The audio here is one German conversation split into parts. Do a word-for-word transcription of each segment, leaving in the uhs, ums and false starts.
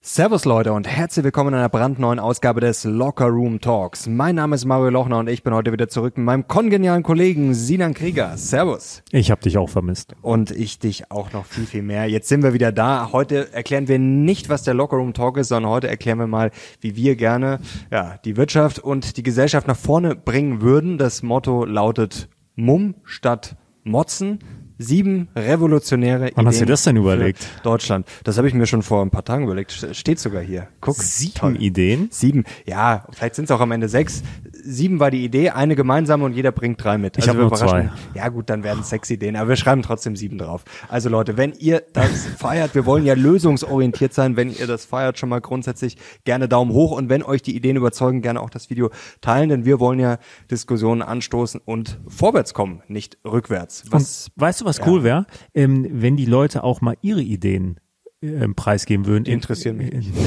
Servus Leute und herzlich willkommen in einer brandneuen Ausgabe des Locker Room Talks. Mein Name ist Mario Lochner und ich bin heute wieder zurück mit meinem kongenialen Kollegen Sinan Krieger. Servus. Ich habe dich auch vermisst. Und ich dich auch noch viel, viel mehr. Jetzt sind wir wieder da. Heute erklären wir nicht, was der Locker Room Talk ist, sondern heute erklären wir mal, wie wir gerne ja, die Wirtschaft und die Gesellschaft nach vorne bringen würden. Das Motto lautet Mumm statt Motzen. Sieben revolutionäre Ideen. Wann hast du das denn überlegt? Deutschland. Das habe ich mir schon vor ein paar Tagen überlegt. Steht sogar hier. Guck. Sieben toll. Ideen? Sieben. Ja, vielleicht sind es auch am Ende sechs. Sieben war die Idee, eine gemeinsame und jeder bringt drei mit. Ich Also habe wir nur zwei. überraschen- Ja gut, dann werden es sechs Ideen. Aber wir schreiben trotzdem sieben drauf. Also Leute, wenn ihr das feiert, wir wollen ja lösungsorientiert sein. Wenn ihr das feiert, schon mal grundsätzlich gerne Daumen hoch. Und wenn euch die Ideen überzeugen, gerne auch das Video teilen. Denn wir wollen ja Diskussionen anstoßen und vorwärts kommen, nicht rückwärts. Was Und weißt du, was cool wäre? Ähm, wenn die Leute auch mal ihre Ideen ähm, preisgeben würden. Die interessieren mich nicht.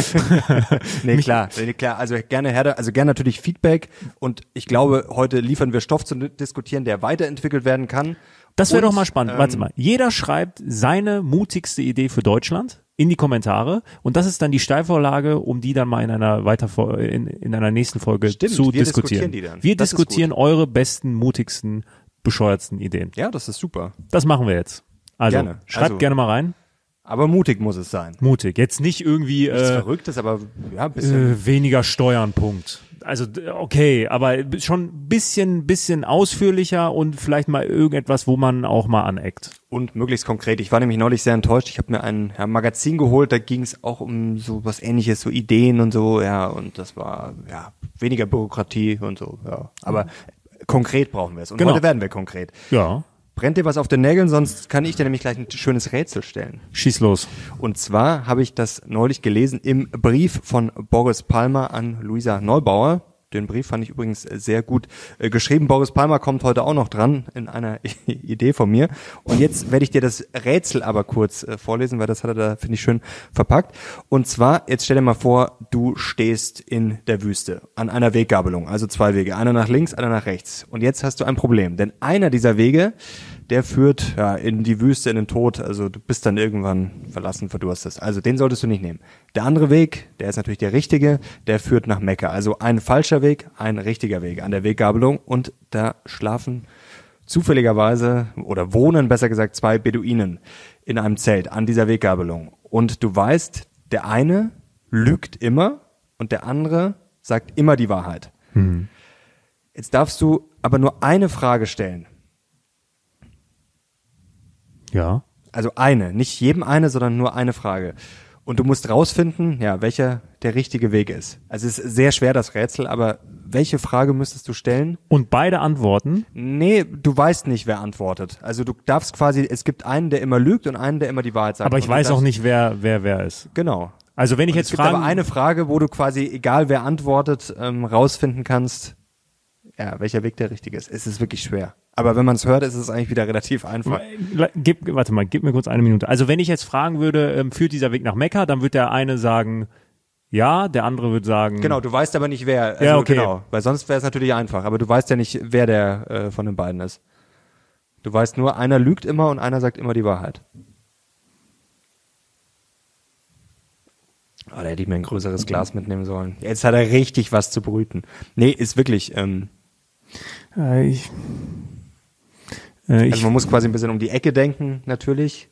Nee, klar, nee, klar. Also gerne Herde, also gerne natürlich Feedback. Und ich glaube, heute liefern wir Stoff zu diskutieren, der weiterentwickelt werden kann. Das wäre Und, doch mal spannend. ähm, Warte mal. Jeder schreibt seine mutigste Idee für Deutschland in die Kommentare. Und das ist dann die Steilvorlage, um die dann mal in einer weiter in, in einer nächsten Folge Stimmt, zu wir diskutieren. diskutieren die dann. Wir Das ist diskutieren gut. eure besten, mutigsten, bescheuertsten Ideen. Ja, das ist super. Das machen wir jetzt. Also, Gerne. schreibt Also- gerne mal rein. Aber mutig muss es sein. Mutig. Jetzt nicht irgendwie Nichts äh, Verrücktes, aber ja, ein bisschen. Äh, weniger Steuern, Punkt. Also d- okay, aber schon ein bisschen, bisschen ausführlicher und vielleicht mal irgendetwas, wo man auch mal aneckt. Und möglichst konkret. Ich war nämlich neulich sehr enttäuscht. Ich habe mir ein ja, Magazin geholt, da ging es auch um so was Ähnliches, so Ideen und so, ja, und das war ja weniger Bürokratie und so, ja. Aber konkret brauchen wir es. Und Genau. heute werden wir konkret. Ja, Brennt dir was auf den Nägeln, sonst kann ich dir nämlich gleich ein schönes Rätsel stellen. schieß los. Und zwar habe ich das neulich gelesen im Brief von Boris Palmer an Luisa Neubauer. Den Brief fand ich übrigens sehr gut äh, geschrieben. Boris Palmer kommt heute auch noch dran in einer Idee von mir. Und jetzt werde ich dir das Rätsel aber kurz äh, vorlesen, weil das hat er da, finde ich, schön verpackt. Und zwar, jetzt stell dir mal vor, du stehst in der Wüste an einer Weggabelung, also zwei Wege, einer nach links, einer nach rechts. Und jetzt hast du ein Problem, denn einer dieser Wege, der führt ja in die Wüste, in den Tod. Also du bist dann irgendwann verlassen, verdurstet. Also den solltest du nicht nehmen. Der andere Weg, der ist natürlich der richtige, der führt nach Mekka. Also ein falscher Weg, ein richtiger Weg an der Weggabelung. Und da schlafen zufälligerweise oder wohnen, besser gesagt, zwei Beduinen in einem Zelt an dieser Weggabelung. Und du weißt, der eine lügt immer und der andere sagt immer die Wahrheit. Hm. Jetzt darfst du aber nur eine Frage stellen. Ja. Also eine, nicht jedem eine, sondern nur eine Frage. Und du musst rausfinden, ja, welcher der richtige Weg ist. Also es ist sehr schwer, das Rätsel, aber welche Frage müsstest du stellen? Und beide antworten. Nee, du weißt nicht, wer antwortet. Also du darfst quasi, es gibt einen, der immer lügt und einen, der immer die Wahrheit sagt. Aber ich Und du weiß darfst, auch nicht, wer wer wer ist. Genau. Also wenn ich Und jetzt es gibt frage, aber eine Frage, wo du quasi, egal wer antwortet, ähm, rausfinden kannst, ja, welcher Weg der richtige ist. Es ist wirklich schwer. Aber wenn man es hört, ist es eigentlich wieder relativ einfach. gib, warte mal, gib mir kurz eine Minute. Also wenn ich jetzt fragen würde, ähm, führt dieser Weg nach Mekka, dann wird der eine sagen, ja, der andere wird sagen, Genau, du weißt aber nicht, wer. Also Ja, okay. Genau, weil sonst wäre es natürlich einfach. Aber du weißt ja nicht, wer der äh, von den beiden ist. Du weißt nur, einer lügt immer und einer sagt immer die Wahrheit. Oh, da hätte ich mir ein größeres Glas mitnehmen sollen. Jetzt hat er richtig was zu brüten. Nee, ist wirklich, ähm, Äh, ich, äh, ich also man muss quasi ein bisschen um die Ecke denken, natürlich.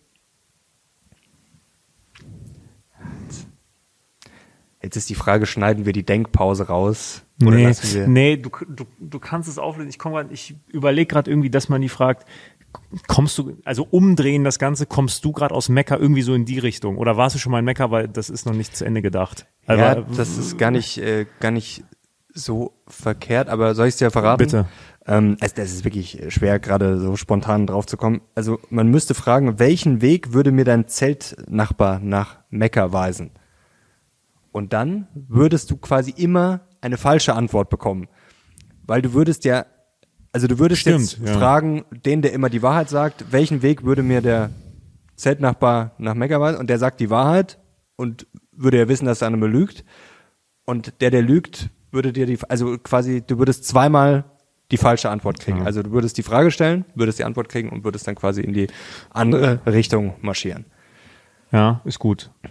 Jetzt ist die Frage, schneiden wir die Denkpause raus? Oder nee, lassen wir... nee, du, du, du kannst es auflösen. Ich komme grad, ich überlege gerade irgendwie, dass man die fragt, kommst du, also umdrehen das Ganze, kommst du gerade aus Mekka irgendwie so in die Richtung? Oder warst du schon mal in Mekka, weil das ist noch nicht zu Ende gedacht? Also, Ja, das ist gar nicht, äh, gar nicht so verkehrt, aber soll ich es dir verraten? Bitte. Ähm, es, das ist wirklich schwer, gerade so spontan drauf zu kommen. Also man müsste fragen, welchen Weg würde mir dein Zeltnachbar nach Mekka weisen? Und dann würdest du quasi immer eine falsche Antwort bekommen. Weil du würdest ja, also du würdest Stimmt, jetzt ja. fragen, den, der immer die Wahrheit sagt, welchen Weg würde mir der Zeltnachbar nach Mekka weisen? Und der sagt die Wahrheit und würde ja wissen, dass der andere lügt. Und der, der lügt, würde dir die, also quasi, du würdest zweimal die falsche Antwort kriegen. Ja. Also du würdest die Frage stellen, würdest die Antwort kriegen und würdest dann quasi in die andere Richtung marschieren. Ja, ist gut.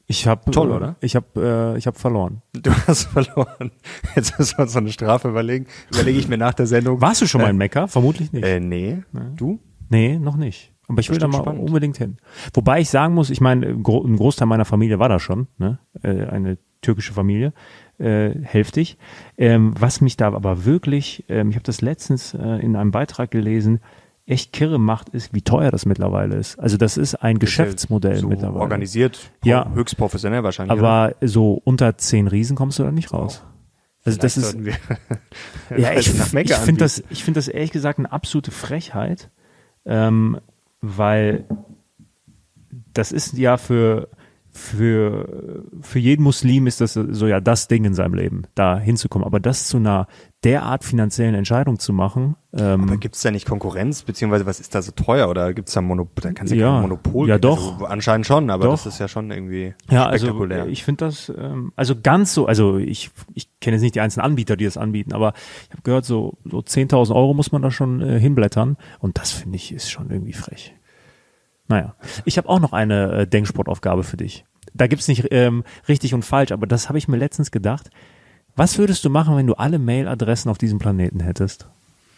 Ich habe Toll, oder? Ich habe äh, ich habe verloren. Du hast verloren. Jetzt müssen wir uns so eine Strafe überlegen. Überlege ich mir nach der Sendung. Warst du schon mal in Mekka? Vermutlich nicht. Äh, nee. Du? Nee, noch nicht. Aber ich will da mal spannend. unbedingt hin. Wobei ich sagen muss, ich meine, gro- ein Großteil meiner Familie war da schon, ne? Äh, eine türkische Familie, äh, hälftig. Ähm, was mich da aber wirklich, ähm, ich habe das letztens äh, in einem Beitrag gelesen, echt kirre macht, ist, wie teuer das mittlerweile ist. Also das ist ein Geschäftsmodell so mittlerweile. Organisiert, pro- Ja. höchst professionell wahrscheinlich. Aber so unter zehn Riesen kommst du da nicht raus. Also das ist, wir ja, ich, nach ich Mekka finde anbieten. das, ich finde das ehrlich gesagt eine absolute Frechheit, ähm, weil das ist ja für, für, für jeden Muslim ist das so ja das Ding in seinem Leben, da hinzukommen. Aber das zu einer derart finanziellen Entscheidung zu machen, ähm, Aber gibt es da nicht Konkurrenz, beziehungsweise was ist da so teuer oder gibt es da Monopol? Da kann es ja Ja. kein Monopol Ja, geben. doch. Also, anscheinend schon, aber Doch. das ist ja schon irgendwie ja, also spektakulär. ich finde das, ähm, also ganz so, also ich, ich kenne jetzt nicht die einzelnen Anbieter, die das anbieten, aber ich habe gehört, so, so zehntausend Euro muss man da schon äh, hinblättern und das finde ich ist schon irgendwie frech. Naja, ich habe auch noch eine äh, Denksportaufgabe für dich. Da gibt's nicht ähm, richtig und falsch, aber das habe ich mir letztens gedacht. Was würdest du machen, wenn du alle Mailadressen auf diesem Planeten hättest?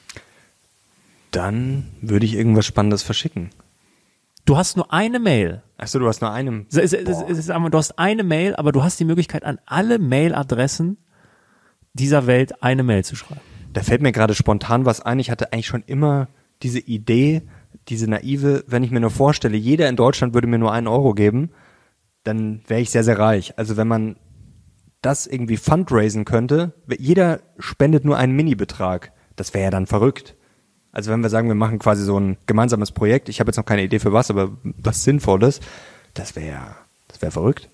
Dann würde ich irgendwas Spannendes verschicken. Du hast nur eine Mail. Achso, du hast nur einen. Es ist, es ist, es ist, aber du hast eine Mail, aber du hast die Möglichkeit, an alle Mailadressen dieser Welt eine Mail zu schreiben. Da fällt mir gerade spontan was ein. Ich hatte eigentlich schon immer diese Idee, diese naive, wenn ich mir nur vorstelle, jeder in Deutschland würde mir nur einen Euro geben, dann wäre ich sehr, sehr reich. Also wenn man das irgendwie fundraisen könnte, jeder spendet nur einen Mini-Betrag, das wäre ja dann verrückt. Also wenn wir sagen, wir machen quasi so ein gemeinsames Projekt, ich habe jetzt noch keine Idee für was, aber was Sinnvolles, das wäre das wäre verrückt.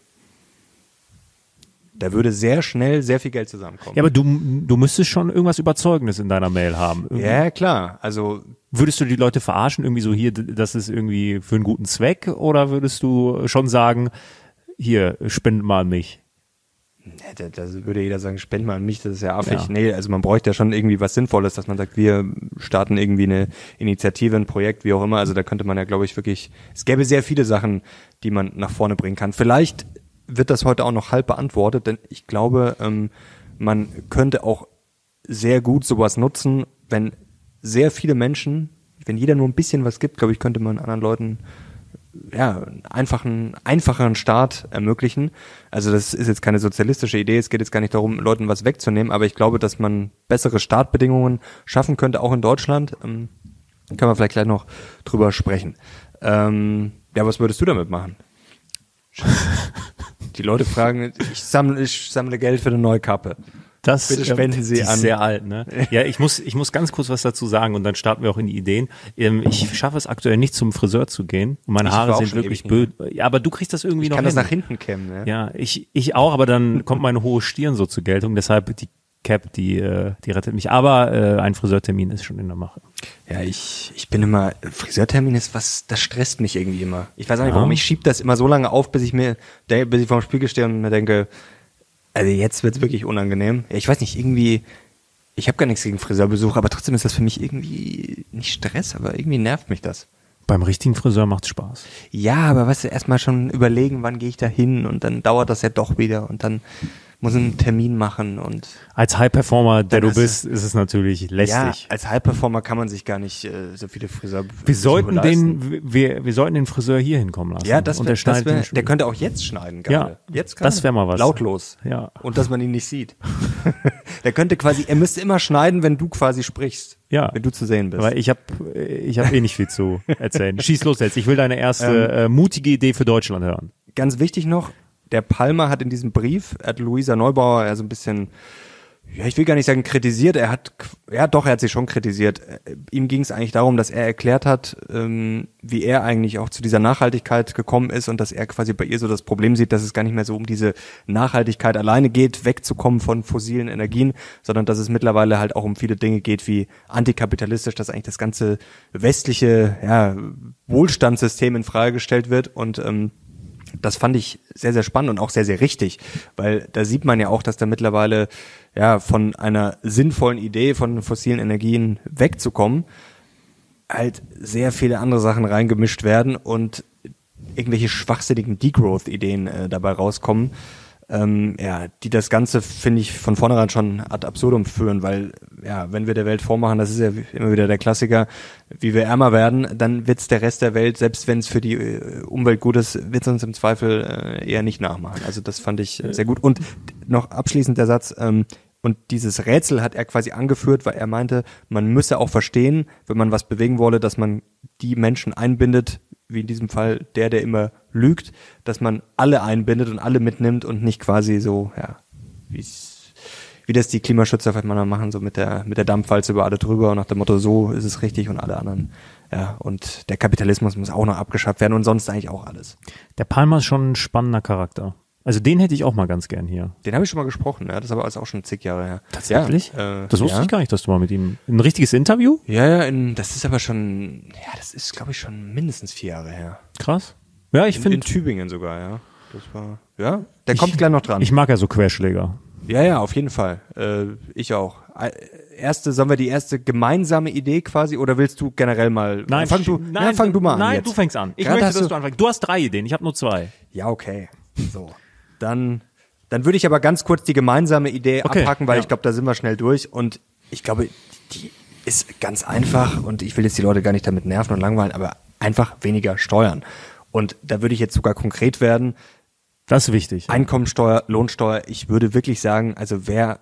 Da würde sehr schnell sehr viel Geld zusammenkommen. Ja, aber du, du müsstest schon irgendwas Überzeugendes in deiner Mail haben. Irgendwie. Ja, klar. Also Würdest du die Leute verarschen, irgendwie so hier, das ist irgendwie für einen guten Zweck, oder würdest du schon sagen, hier, spend mal an mich? Da, da würde jeder sagen, spend mal an mich, das ist ja affig. Ja. Nee, also man bräuchte ja schon irgendwie was Sinnvolles, dass man sagt, wir starten irgendwie eine Initiative, ein Projekt, wie auch immer. Also da könnte man ja, glaube ich, wirklich, es gäbe sehr viele Sachen, die man nach vorne bringen kann. Vielleicht wird das heute auch noch halb beantwortet, denn ich glaube, ähm, man könnte auch sehr gut sowas nutzen, wenn sehr viele Menschen, wenn jeder nur ein bisschen was gibt, glaube ich, könnte man anderen Leuten ja, einen einfachen, einfacheren Start ermöglichen. Also das ist jetzt keine sozialistische Idee, es geht jetzt gar nicht darum, Leuten was wegzunehmen, aber ich glaube, dass man bessere Startbedingungen schaffen könnte, auch in Deutschland. Ähm, können wir vielleicht gleich noch drüber sprechen. Ähm, ja, was würdest du damit machen? Die Leute fragen, ich sammle, ich sammle Geld für eine neue Kappe. Das, Bitte spenden Sie die ist an. sehr alt, ne? Ja, ich muss, ich muss ganz kurz was dazu sagen und dann starten wir auch in die Ideen. Ähm, ich schaffe es aktuell nicht, zum Friseur zu gehen und meine Ich Haare war auch sind schon wirklich ewig blöd. Ja, aber du kriegst das irgendwie Ich noch kann hin. das nach hinten kämmen, ne? Ja, ich, ich auch, aber dann kommt meine hohe Stirn so zur Geltung. Deshalb die Cap, die, äh, die rettet mich. Aber äh, ein Friseurtermin ist schon in der Mache. Ja, ich, ich bin immer, Friseurtermin ist was, das stresst mich irgendwie immer. Ich weiß auch nicht Ja. warum, ich schieb das immer so lange auf, bis ich mir, bis ich vor dem Spiegel stehe und mir denke, also jetzt wird's wirklich unangenehm. Ja, ich weiß nicht, irgendwie, ich habe gar nichts gegen Friseurbesuch, aber trotzdem ist das für mich irgendwie nicht Stress, aber irgendwie nervt mich das. Beim richtigen Friseur macht's Spaß. Ja, aber weißt du, erstmal schon überlegen, wann gehe ich da hin und dann dauert das ja doch wieder und dann muss ich einen Termin machen und Als High-Performer, der Dann du hast du- bist, ist es natürlich lästig. ja, als High-Performer kann man sich gar nicht äh, so viele Friseur wir sollten leisten. den, wir, wir sollten den Friseur hier hinkommen lassen. Ja, das und wär, der das schneidet wär, den der könnte auch jetzt schneiden gerade. Ja, jetzt das wär mal was. Lautlos. Ja. Und dass man ihn nicht sieht. Der könnte quasi, er müsste immer schneiden, wenn du quasi sprichst. Ja. Wenn du zu sehen bist. Weil ich habe ich hab eh nicht viel zu erzählen. Schieß los jetzt. Ich will deine erste äh, mutige Idee für Deutschland hören. Ganz wichtig noch, der Palmer hat in diesem Brief, er hat Luisa Neubauer ja so ein bisschen, ja, ich will gar nicht sagen kritisiert, er hat, ja doch, er hat sie schon kritisiert. Ihm ging es eigentlich darum, dass er erklärt hat, ähm, wie er eigentlich auch zu dieser Nachhaltigkeit gekommen ist und dass er quasi bei ihr so das Problem sieht, dass es gar nicht mehr so um diese Nachhaltigkeit alleine geht, wegzukommen von fossilen Energien, sondern dass es mittlerweile halt auch um viele Dinge geht, wie antikapitalistisch, dass eigentlich das ganze westliche, ja, Wohlstandssystem in Frage gestellt wird und ähm, das fand ich sehr, sehr spannend und auch sehr, sehr richtig, weil da sieht man ja auch, dass da mittlerweile ja von einer sinnvollen Idee von fossilen Energien wegzukommen, halt sehr viele andere Sachen reingemischt werden und irgendwelche schwachsinnigen Degrowth-Ideen äh, dabei rauskommen, ähm, ja, die das Ganze, finde ich, von vornherein schon ad absurdum führen, weil, ja, wenn wir der Welt vormachen, das ist ja immer wieder der Klassiker, wie wir ärmer werden, dann wird's der Rest der Welt, selbst wenn es für die äh, Umwelt gut ist, wird's uns im Zweifel äh, eher nicht nachmachen. Also das fand ich äh, sehr gut. Und noch abschließend der Satz, ähm, und dieses Rätsel hat er quasi angeführt, weil er meinte, man müsse auch verstehen, wenn man was bewegen wolle, dass man die Menschen einbindet, wie in diesem Fall der, der immer lügt, dass man alle einbindet und alle mitnimmt und nicht quasi so, ja, wie's, wie das die Klimaschützer vielleicht mal machen, so mit der mit der Dampfwalze über alle drüber und nach dem Motto, so ist es richtig und alle anderen. Ja, und der Kapitalismus muss auch noch abgeschafft werden und sonst eigentlich auch alles. Der Palmer ist schon ein spannender Charakter. Also den hätte ich auch mal ganz gern hier. Den habe ich schon mal gesprochen, ja, das ist aber alles auch schon zig Jahre her. Tatsächlich? Ja, äh, das wusste ja. ich gar nicht, dass du mal mit ihm ein richtiges Interview? Ja, ja, in, das ist aber schon, ja, das ist, glaube ich, schon mindestens vier Jahre her. Krass. Ja, ich In, finde. in Tübingen sogar, ja. Das war, ja, der ich, kommt gleich noch dran. Ich mag ja so Querschläger. Ja, ja, auf jeden Fall. Äh, ich auch. Erste, sollen wir die erste gemeinsame Idee quasi, oder willst du generell mal? Nein, fang du, nein, ja, fang du mal an. Nein, jetzt. du fängst an. Ich Gerade möchte, hast dass du, du anfängst. Du hast drei Ideen, ich habe nur zwei. Ja, okay. So. Dann, dann würde ich aber ganz kurz die gemeinsame Idee okay, abhaken, weil ja. ich glaube, da sind wir schnell durch. Und ich glaube, die ist ganz einfach. Und ich will jetzt die Leute gar nicht damit nerven und langweilen, aber einfach weniger Steuern. Und da würde ich jetzt sogar konkret werden. Das ist wichtig. Einkommensteuer, Lohnsteuer. Ich würde wirklich sagen, also wer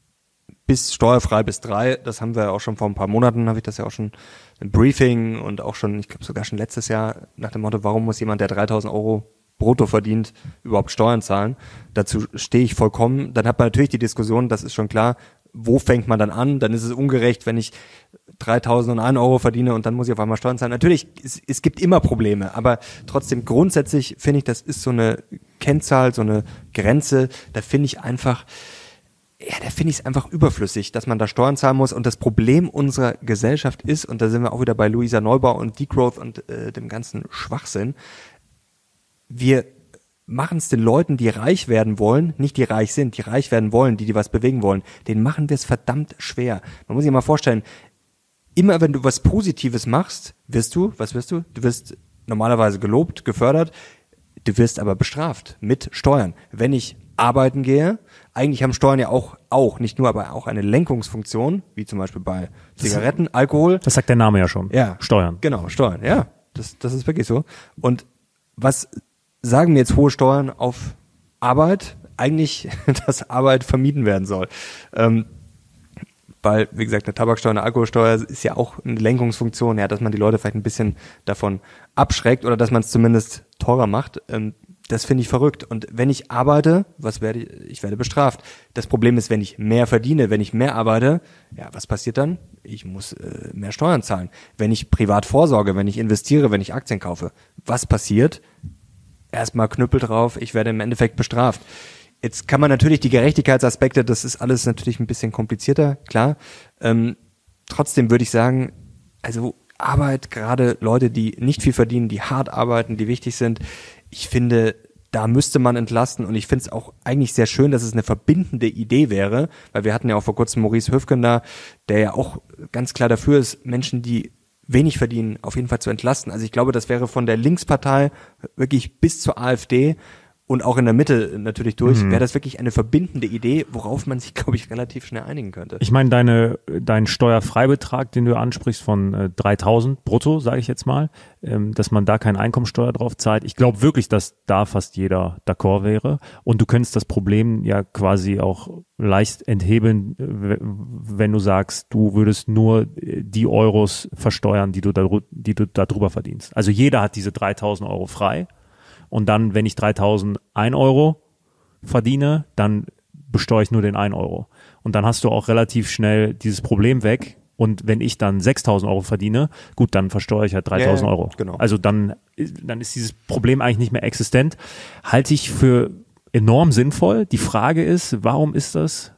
bis steuerfrei bis drei, das haben wir auch schon vor ein paar Monaten, habe ich das ja auch schon im Briefing und auch schon, ich glaube sogar schon letztes Jahr nach dem Motto, warum muss jemand, der dreitausend Euro brutto verdient, überhaupt Steuern zahlen? Dazu stehe ich vollkommen. Dann hat man natürlich die Diskussion, das ist schon klar, wo fängt man dann an? Dann ist es ungerecht, wenn ich dreitausendeins Euro verdiene und dann muss ich auf einmal Steuern zahlen. Natürlich, es, es gibt immer Probleme, aber trotzdem grundsätzlich finde ich, das ist so eine Kennzahl, so eine Grenze, da finde ich einfach, ja, da finde ich es einfach überflüssig, dass man da Steuern zahlen muss. Und das Problem unserer Gesellschaft ist, und da sind wir auch wieder bei Luisa Neubauer und Degrowth und äh, dem ganzen Schwachsinn, wir machen es den Leuten, die reich werden wollen, nicht die reich sind, die reich werden wollen, die die was bewegen wollen, denen machen wir es verdammt schwer. Man muss sich mal vorstellen, immer wenn du was Positives machst, wirst du, was wirst du? Du wirst normalerweise gelobt, gefördert, du wirst aber bestraft mit Steuern. Wenn ich arbeiten gehe, eigentlich haben Steuern ja auch, auch, nicht nur, aber auch eine Lenkungsfunktion, wie zum Beispiel bei Zigaretten, Alkohol. Das sagt der Name ja schon. Ja. Steuern. Genau, Steuern, ja. Das, das ist wirklich so. Und was sagen mir jetzt hohe Steuern auf Arbeit? Eigentlich, dass Arbeit vermieden werden soll. Ähm, weil, wie gesagt, eine Tabaksteuer, eine Alkoholsteuer ist ja auch eine Lenkungsfunktion, ja, dass man die Leute vielleicht ein bisschen davon abschreckt oder dass man es zumindest teurer macht. Ähm, das finde ich verrückt. Und wenn ich arbeite, was werde ich? Ich werde bestraft. Das Problem ist, wenn ich mehr verdiene, wenn ich mehr arbeite, ja, was passiert dann? Ich muss äh, mehr Steuern zahlen. Wenn ich privat vorsorge, wenn ich investiere, wenn ich Aktien kaufe, was passiert? Erstmal Knüppel drauf, ich werde im Endeffekt bestraft. Jetzt kann man natürlich die Gerechtigkeitsaspekte, das ist alles natürlich ein bisschen komplizierter, klar. Ähm, trotzdem würde ich sagen, also Arbeit, gerade Leute, die nicht viel verdienen, die hart arbeiten, die wichtig sind, ich finde, da müsste man entlasten und ich finde es auch eigentlich sehr schön, dass es eine verbindende Idee wäre, weil wir hatten ja auch vor kurzem Maurice Höfgen da, der ja auch ganz klar dafür ist, Menschen, die wenig verdienen, auf jeden Fall zu entlasten. Also ich glaube, das wäre von der Linkspartei wirklich bis zur AfD und auch in der Mitte natürlich durch, mhm. wäre das wirklich eine verbindende Idee, worauf man sich, glaube ich, relativ schnell einigen könnte. Ich meine, deine, dein Steuerfreibetrag, den du ansprichst von äh, dreitausend brutto, sage ich jetzt mal, ähm, dass man da keine Einkommensteuer drauf zahlt. Ich glaube wirklich, dass da fast jeder d'accord wäre. Und du könntest das Problem ja quasi auch leicht enthebeln, w- wenn du sagst, du würdest nur die Euros versteuern, die du da, die du da drüber verdienst. Also jeder hat diese dreitausend Euro frei. Und dann, wenn ich dreitausend Euro verdiene, dann besteuere ich nur den einen Euro. Und dann hast du auch relativ schnell dieses Problem weg. Und wenn ich dann sechstausend Euro verdiene, gut, dann versteuere ich halt dreitausend ja, Euro. Genau. Also dann, dann ist dieses Problem eigentlich nicht mehr existent. Halte ich für enorm sinnvoll. Die Frage ist, warum ist das?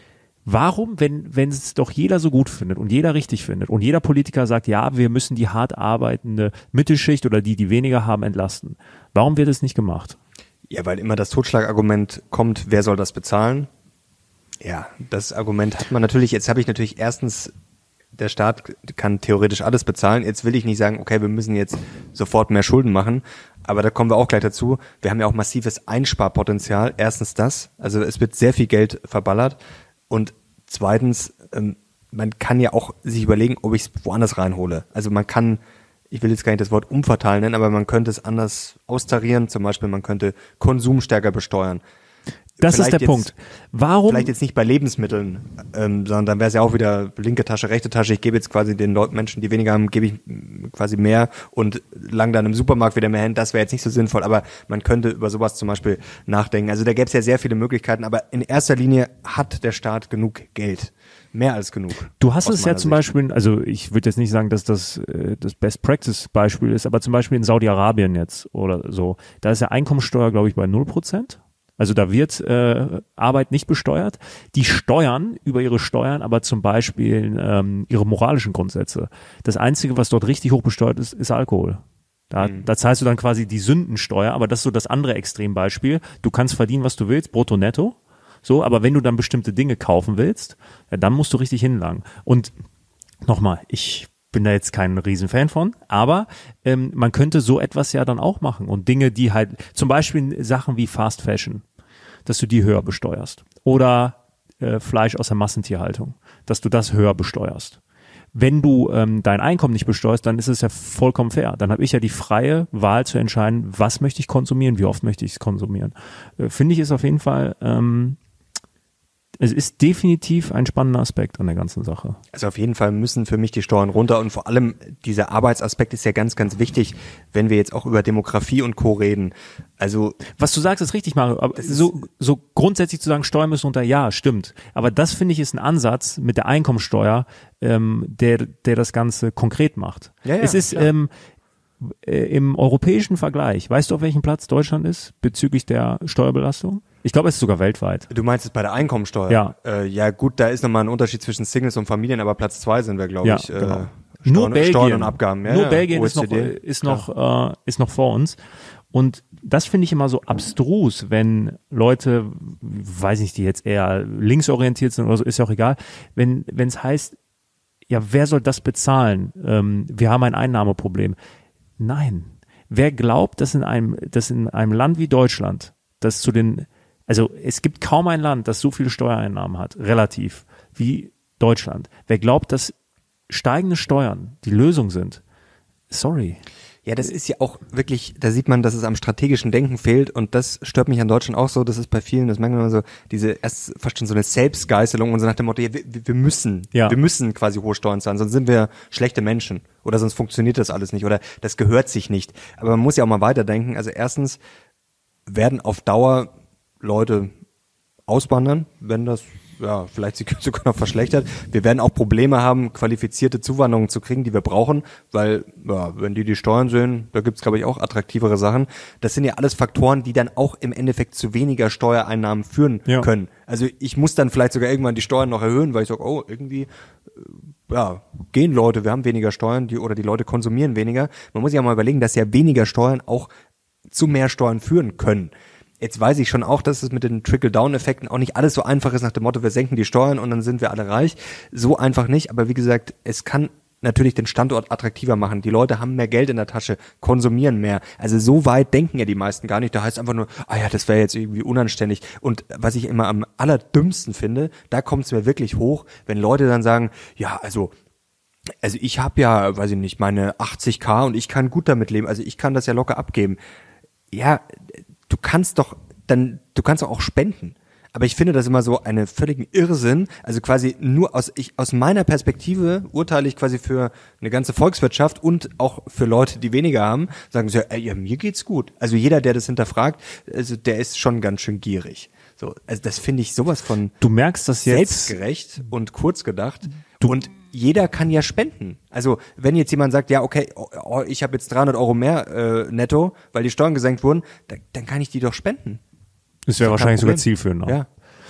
Warum, wenn, wenn es doch jeder so gut findet und jeder richtig findet und jeder Politiker sagt, ja, wir müssen die hart arbeitende Mittelschicht oder die, die weniger haben, entlasten. Warum wird es nicht gemacht? Ja, weil immer das Totschlagargument kommt, wer soll das bezahlen? Ja, das Argument hat man natürlich, jetzt habe ich natürlich erstens der Staat kann theoretisch alles bezahlen. Jetzt will ich nicht sagen, okay, wir müssen jetzt sofort mehr Schulden machen, aber da kommen wir auch gleich dazu. Wir haben ja auch massives Einsparpotenzial. Erstens das, also es wird sehr viel Geld verballert und zweitens, ähm, man kann ja auch sich überlegen, ob ich es woanders reinhole. Also man kann, ich will jetzt gar nicht das Wort umverteilen nennen, aber man könnte es anders austarieren. Zum Beispiel, man könnte Konsum stärker besteuern. Das Vielleicht ist der jetzt, Punkt. Warum? Vielleicht jetzt nicht bei Lebensmitteln, ähm, sondern dann wäre es ja auch wieder linke Tasche, rechte Tasche. Ich gebe jetzt quasi den Leuten, Menschen, die weniger haben, gebe ich quasi mehr und lang dann im Supermarkt wieder mehr hin. Das wäre jetzt nicht so sinnvoll, aber man könnte über sowas zum Beispiel nachdenken. Also da gäbe es ja sehr viele Möglichkeiten, aber in erster Linie hat der Staat genug Geld. Mehr als genug. Du hast es ja zum Sicht. Beispiel, also ich würde jetzt nicht sagen, dass das äh, das Best-Practice-Beispiel ist, aber zum Beispiel in Saudi-Arabien jetzt oder so, da ist ja Einkommensteuer, glaube ich, bei null Prozent. Also da wird äh, Arbeit nicht besteuert. Die steuern über ihre Steuern aber zum Beispiel ähm, ihre moralischen Grundsätze. Das Einzige, was dort richtig hoch besteuert ist, ist Alkohol. Da, mhm. da zahlst du dann quasi die Sündensteuer, aber das ist so das andere Extrembeispiel. Du kannst verdienen, was du willst, brutto netto. So, aber wenn du dann bestimmte Dinge kaufen willst, ja, dann musst du richtig hinlangen. Und nochmal, ich bin da jetzt kein Riesenfan von, aber ähm, man könnte so etwas ja dann auch machen und Dinge, die halt, zum Beispiel Sachen wie Fast Fashion, dass du die höher besteuerst oder äh, Fleisch aus der Massentierhaltung, dass du das höher besteuerst. Wenn du ähm, dein Einkommen nicht besteuerst, dann ist es ja vollkommen fair. Dann habe ich ja die freie Wahl zu entscheiden, was möchte ich konsumieren, wie oft möchte ich es konsumieren. Äh, finde ich ist auf jeden Fall ähm, es ist definitiv ein spannender Aspekt an der ganzen Sache. Also auf jeden Fall müssen für mich die Steuern runter und vor allem dieser Arbeitsaspekt ist ja ganz, ganz wichtig, wenn wir jetzt auch über Demografie und Co. reden. Also was du sagst, ist richtig, Mario. Aber so, so grundsätzlich zu sagen, Steuern müssen runter, ja, stimmt. Aber das finde ich ist ein Ansatz mit der Einkommensteuer, ähm, der, der das Ganze konkret macht. Ja, ja, es ist ähm, äh, im europäischen Vergleich, weißt du, auf welchem Platz Deutschland ist bezüglich der Steuerbelastung? Ich glaube, es ist sogar weltweit. Du meinst es bei der Einkommensteuer? Ja. Äh, ja gut, da ist nochmal ein Unterschied zwischen Singles und Familien, aber Platz zwei sind wir, glaube ja, ich. Genau. Äh, Steuern, nur Belgien, Steuern und Abgaben. Ja, nur ja, Belgien O E ist C noch, D. ist noch, äh, ist noch vor uns. Und das finde ich immer so abstrus, wenn Leute, weiß nicht, die jetzt eher linksorientiert sind oder so, ist ja auch egal, wenn wenn es heißt, ja, wer soll das bezahlen? Ähm, wir haben ein Einnahmeproblem. Nein. Wer glaubt, dass in einem, dass in einem Land wie Deutschland, das zu den, also es gibt kaum ein Land, das so viele Steuereinnahmen hat, relativ, wie Deutschland. Wer glaubt, dass steigende Steuern die Lösung sind? Sorry. Ja, das ist ja auch wirklich, da sieht man, dass es am strategischen Denken fehlt und das stört mich an Deutschland auch so, das ist bei vielen, das merkt man immer so, diese erst fast schon so eine Selbstgeißelung und so nach dem Motto, ja, wir, wir müssen, ja. wir müssen quasi hohe Steuern zahlen, sonst sind wir schlechte Menschen oder sonst funktioniert das alles nicht oder das gehört sich nicht. Aber man muss ja auch mal weiterdenken, also erstens werden auf Dauer Leute auswandern, wenn das ja, vielleicht sich sogar noch verschlechtert. Wir werden auch Probleme haben, qualifizierte Zuwanderung zu kriegen, die wir brauchen, weil, ja, wenn die die Steuern sehen, da gibt's, glaube ich, auch attraktivere Sachen. Das sind ja alles Faktoren, die dann auch im Endeffekt zu weniger Steuereinnahmen führen ja. können. Also ich muss dann vielleicht sogar irgendwann die Steuern noch erhöhen, weil ich sage, oh, irgendwie, ja, gehen Leute, wir haben weniger Steuern, die oder die Leute konsumieren weniger. Man muss sich auch mal überlegen, dass ja weniger Steuern auch zu mehr Steuern führen können. Jetzt weiß ich schon auch, dass es mit den Trickle-Down-Effekten auch nicht alles so einfach ist nach dem Motto, wir senken die Steuern und dann sind wir alle reich. So einfach nicht, aber wie gesagt, es kann natürlich den Standort attraktiver machen. Die Leute haben mehr Geld in der Tasche, konsumieren mehr. Also so weit denken ja die meisten gar nicht. Da heißt einfach nur, ah ja, das wäre jetzt irgendwie unanständig. Und was ich immer am allerdümmsten finde, da kommt es mir wirklich hoch, wenn Leute dann sagen, ja, also also ich habe ja, weiß ich nicht, meine achtzig K und ich kann gut damit leben. Also ich kann das ja locker abgeben. Ja, du kannst doch dann, du kannst doch auch spenden. Aber ich finde das immer so einen völligen Irrsinn. Also quasi nur aus, ich, aus meiner Perspektive urteile ich quasi für eine ganze Volkswirtschaft und auch für Leute, die weniger haben, sagen sie, ey, ja, mir geht's gut. Also jeder, der das hinterfragt, also der ist schon ganz schön gierig. So, also das finde ich sowas von du merkst das jetzt selbstgerecht und kurz gedacht. Du, und jeder kann ja spenden. Also wenn jetzt jemand sagt, ja okay, oh, ich habe jetzt dreihundert Euro mehr äh, netto, weil die Steuern gesenkt wurden, da, dann kann ich die doch spenden. Das wäre wahrscheinlich sogar zielführend. Ja.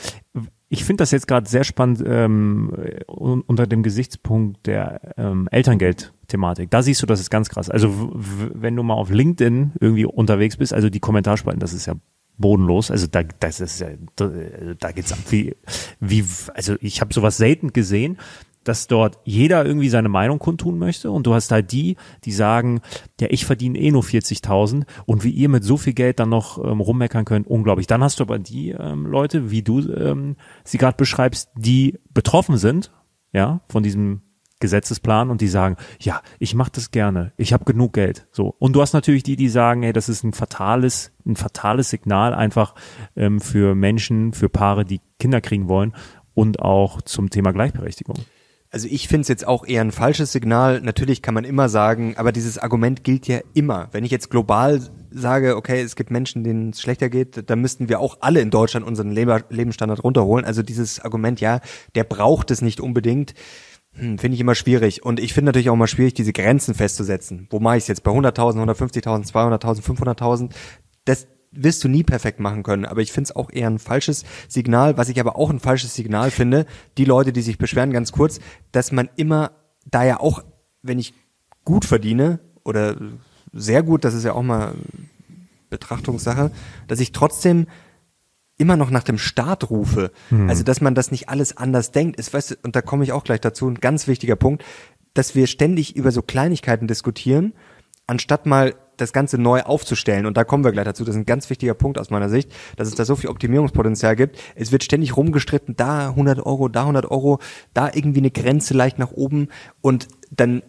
Ich finde das jetzt gerade sehr spannend ähm, unter dem Gesichtspunkt der ähm, Elterngeld-Thematik. Da siehst du, das ist ganz krass. Also w- w- wenn du mal auf LinkedIn irgendwie unterwegs bist, also die Kommentarspalten, das ist ja bodenlos. Also da, das ist ja, da, da geht's ab wie, wie, also ich habe sowas selten gesehen. dass dort jeder irgendwie seine Meinung kundtun möchte und du hast halt die, die sagen, ja, ich verdiene eh nur vierzigtausend und wie ihr mit so viel Geld dann noch ähm, rummeckern könnt, unglaublich. Dann hast du aber die ähm, Leute, wie du ähm, sie gerade beschreibst, die betroffen sind, ja, von diesem Gesetzesplan und die sagen, ja, ich mache das gerne, ich habe genug Geld. So. Und du hast natürlich die, die sagen, hey, das ist ein fatales, ein fatales Signal einfach ähm, für Menschen, für Paare, die Kinder kriegen wollen und auch zum Thema Gleichberechtigung. Also ich finde es jetzt auch eher ein falsches Signal. Natürlich kann man immer sagen, aber dieses Argument gilt ja immer. Wenn ich jetzt global sage, okay, es gibt Menschen, denen es schlechter geht, dann müssten wir auch alle in Deutschland unseren Lebe- Lebensstandard runterholen. Also dieses Argument, ja, der braucht es nicht unbedingt, hm, finde ich immer schwierig. Und ich finde natürlich auch immer schwierig, diese Grenzen festzusetzen. Wo mache ich es jetzt? Bei hunderttausend, hundertfünfzigtausend, zweihunderttausend, fünfhunderttausend? Das wirst du nie perfekt machen können, aber ich finde es auch eher ein falsches Signal, was ich aber auch ein falsches Signal finde, die Leute, die sich beschweren, ganz kurz, dass man immer, da ja auch, wenn ich gut verdiene oder sehr gut, das ist ja auch mal Betrachtungssache, dass ich trotzdem immer noch nach dem Staat rufe, hm. also dass man das nicht alles anders denkt, ist, weißt du, und da komme ich auch gleich dazu, ein ganz wichtiger Punkt, dass wir ständig über so Kleinigkeiten diskutieren, anstatt mal das Ganze neu aufzustellen. Und da kommen wir gleich dazu. Das ist ein ganz wichtiger Punkt aus meiner Sicht, dass es da so viel Optimierungspotenzial gibt. Es wird ständig rumgestritten, da hundert Euro, da hundert Euro, da irgendwie eine Grenze leicht nach oben. Und dann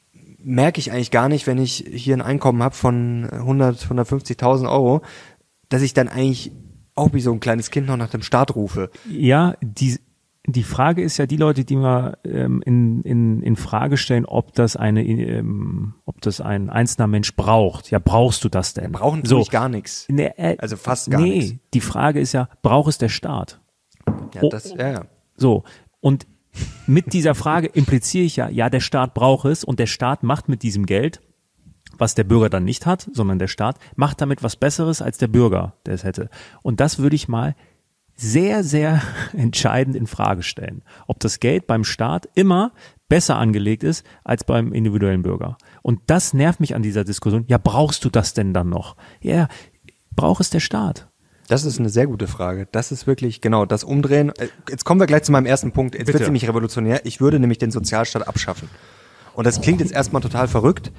merke ich eigentlich gar nicht, wenn ich hier ein Einkommen habe von hundert, hundertfünfzigtausend Euro, dass ich dann eigentlich auch wie so ein kleines Kind noch nach dem Staat rufe. Ja, die Die Frage ist ja, die Leute, die mal ähm, in, in, in Frage stellen, ob das eine, ähm, ob das ein einzelner Mensch braucht. Ja, brauchst du das denn? Brauchen tue so. ich gar nichts. Nee, äh, also fast gar nee, nichts. Nee, die Frage ist ja, braucht es der Staat? Ja, das, ja, ja. So. Und mit dieser Frage impliziere ich ja, ja, der Staat braucht es und der Staat macht mit diesem Geld, was der Bürger dann nicht hat, sondern der Staat, macht damit was Besseres als der Bürger, der es hätte. Und das würde ich mal sehr, sehr entscheidend in Frage stellen, ob das Geld beim Staat immer besser angelegt ist als beim individuellen Bürger. Und das nervt mich an dieser Diskussion. Ja, brauchst du das denn dann noch? Ja, braucht es der Staat? Das ist eine sehr gute Frage. Das ist wirklich, genau, das Umdrehen. Jetzt kommen wir gleich zu meinem ersten Punkt. Jetzt wird es nämlich revolutionär. Ich würde nämlich den Sozialstaat abschaffen. Und das klingt jetzt erstmal total verrückt.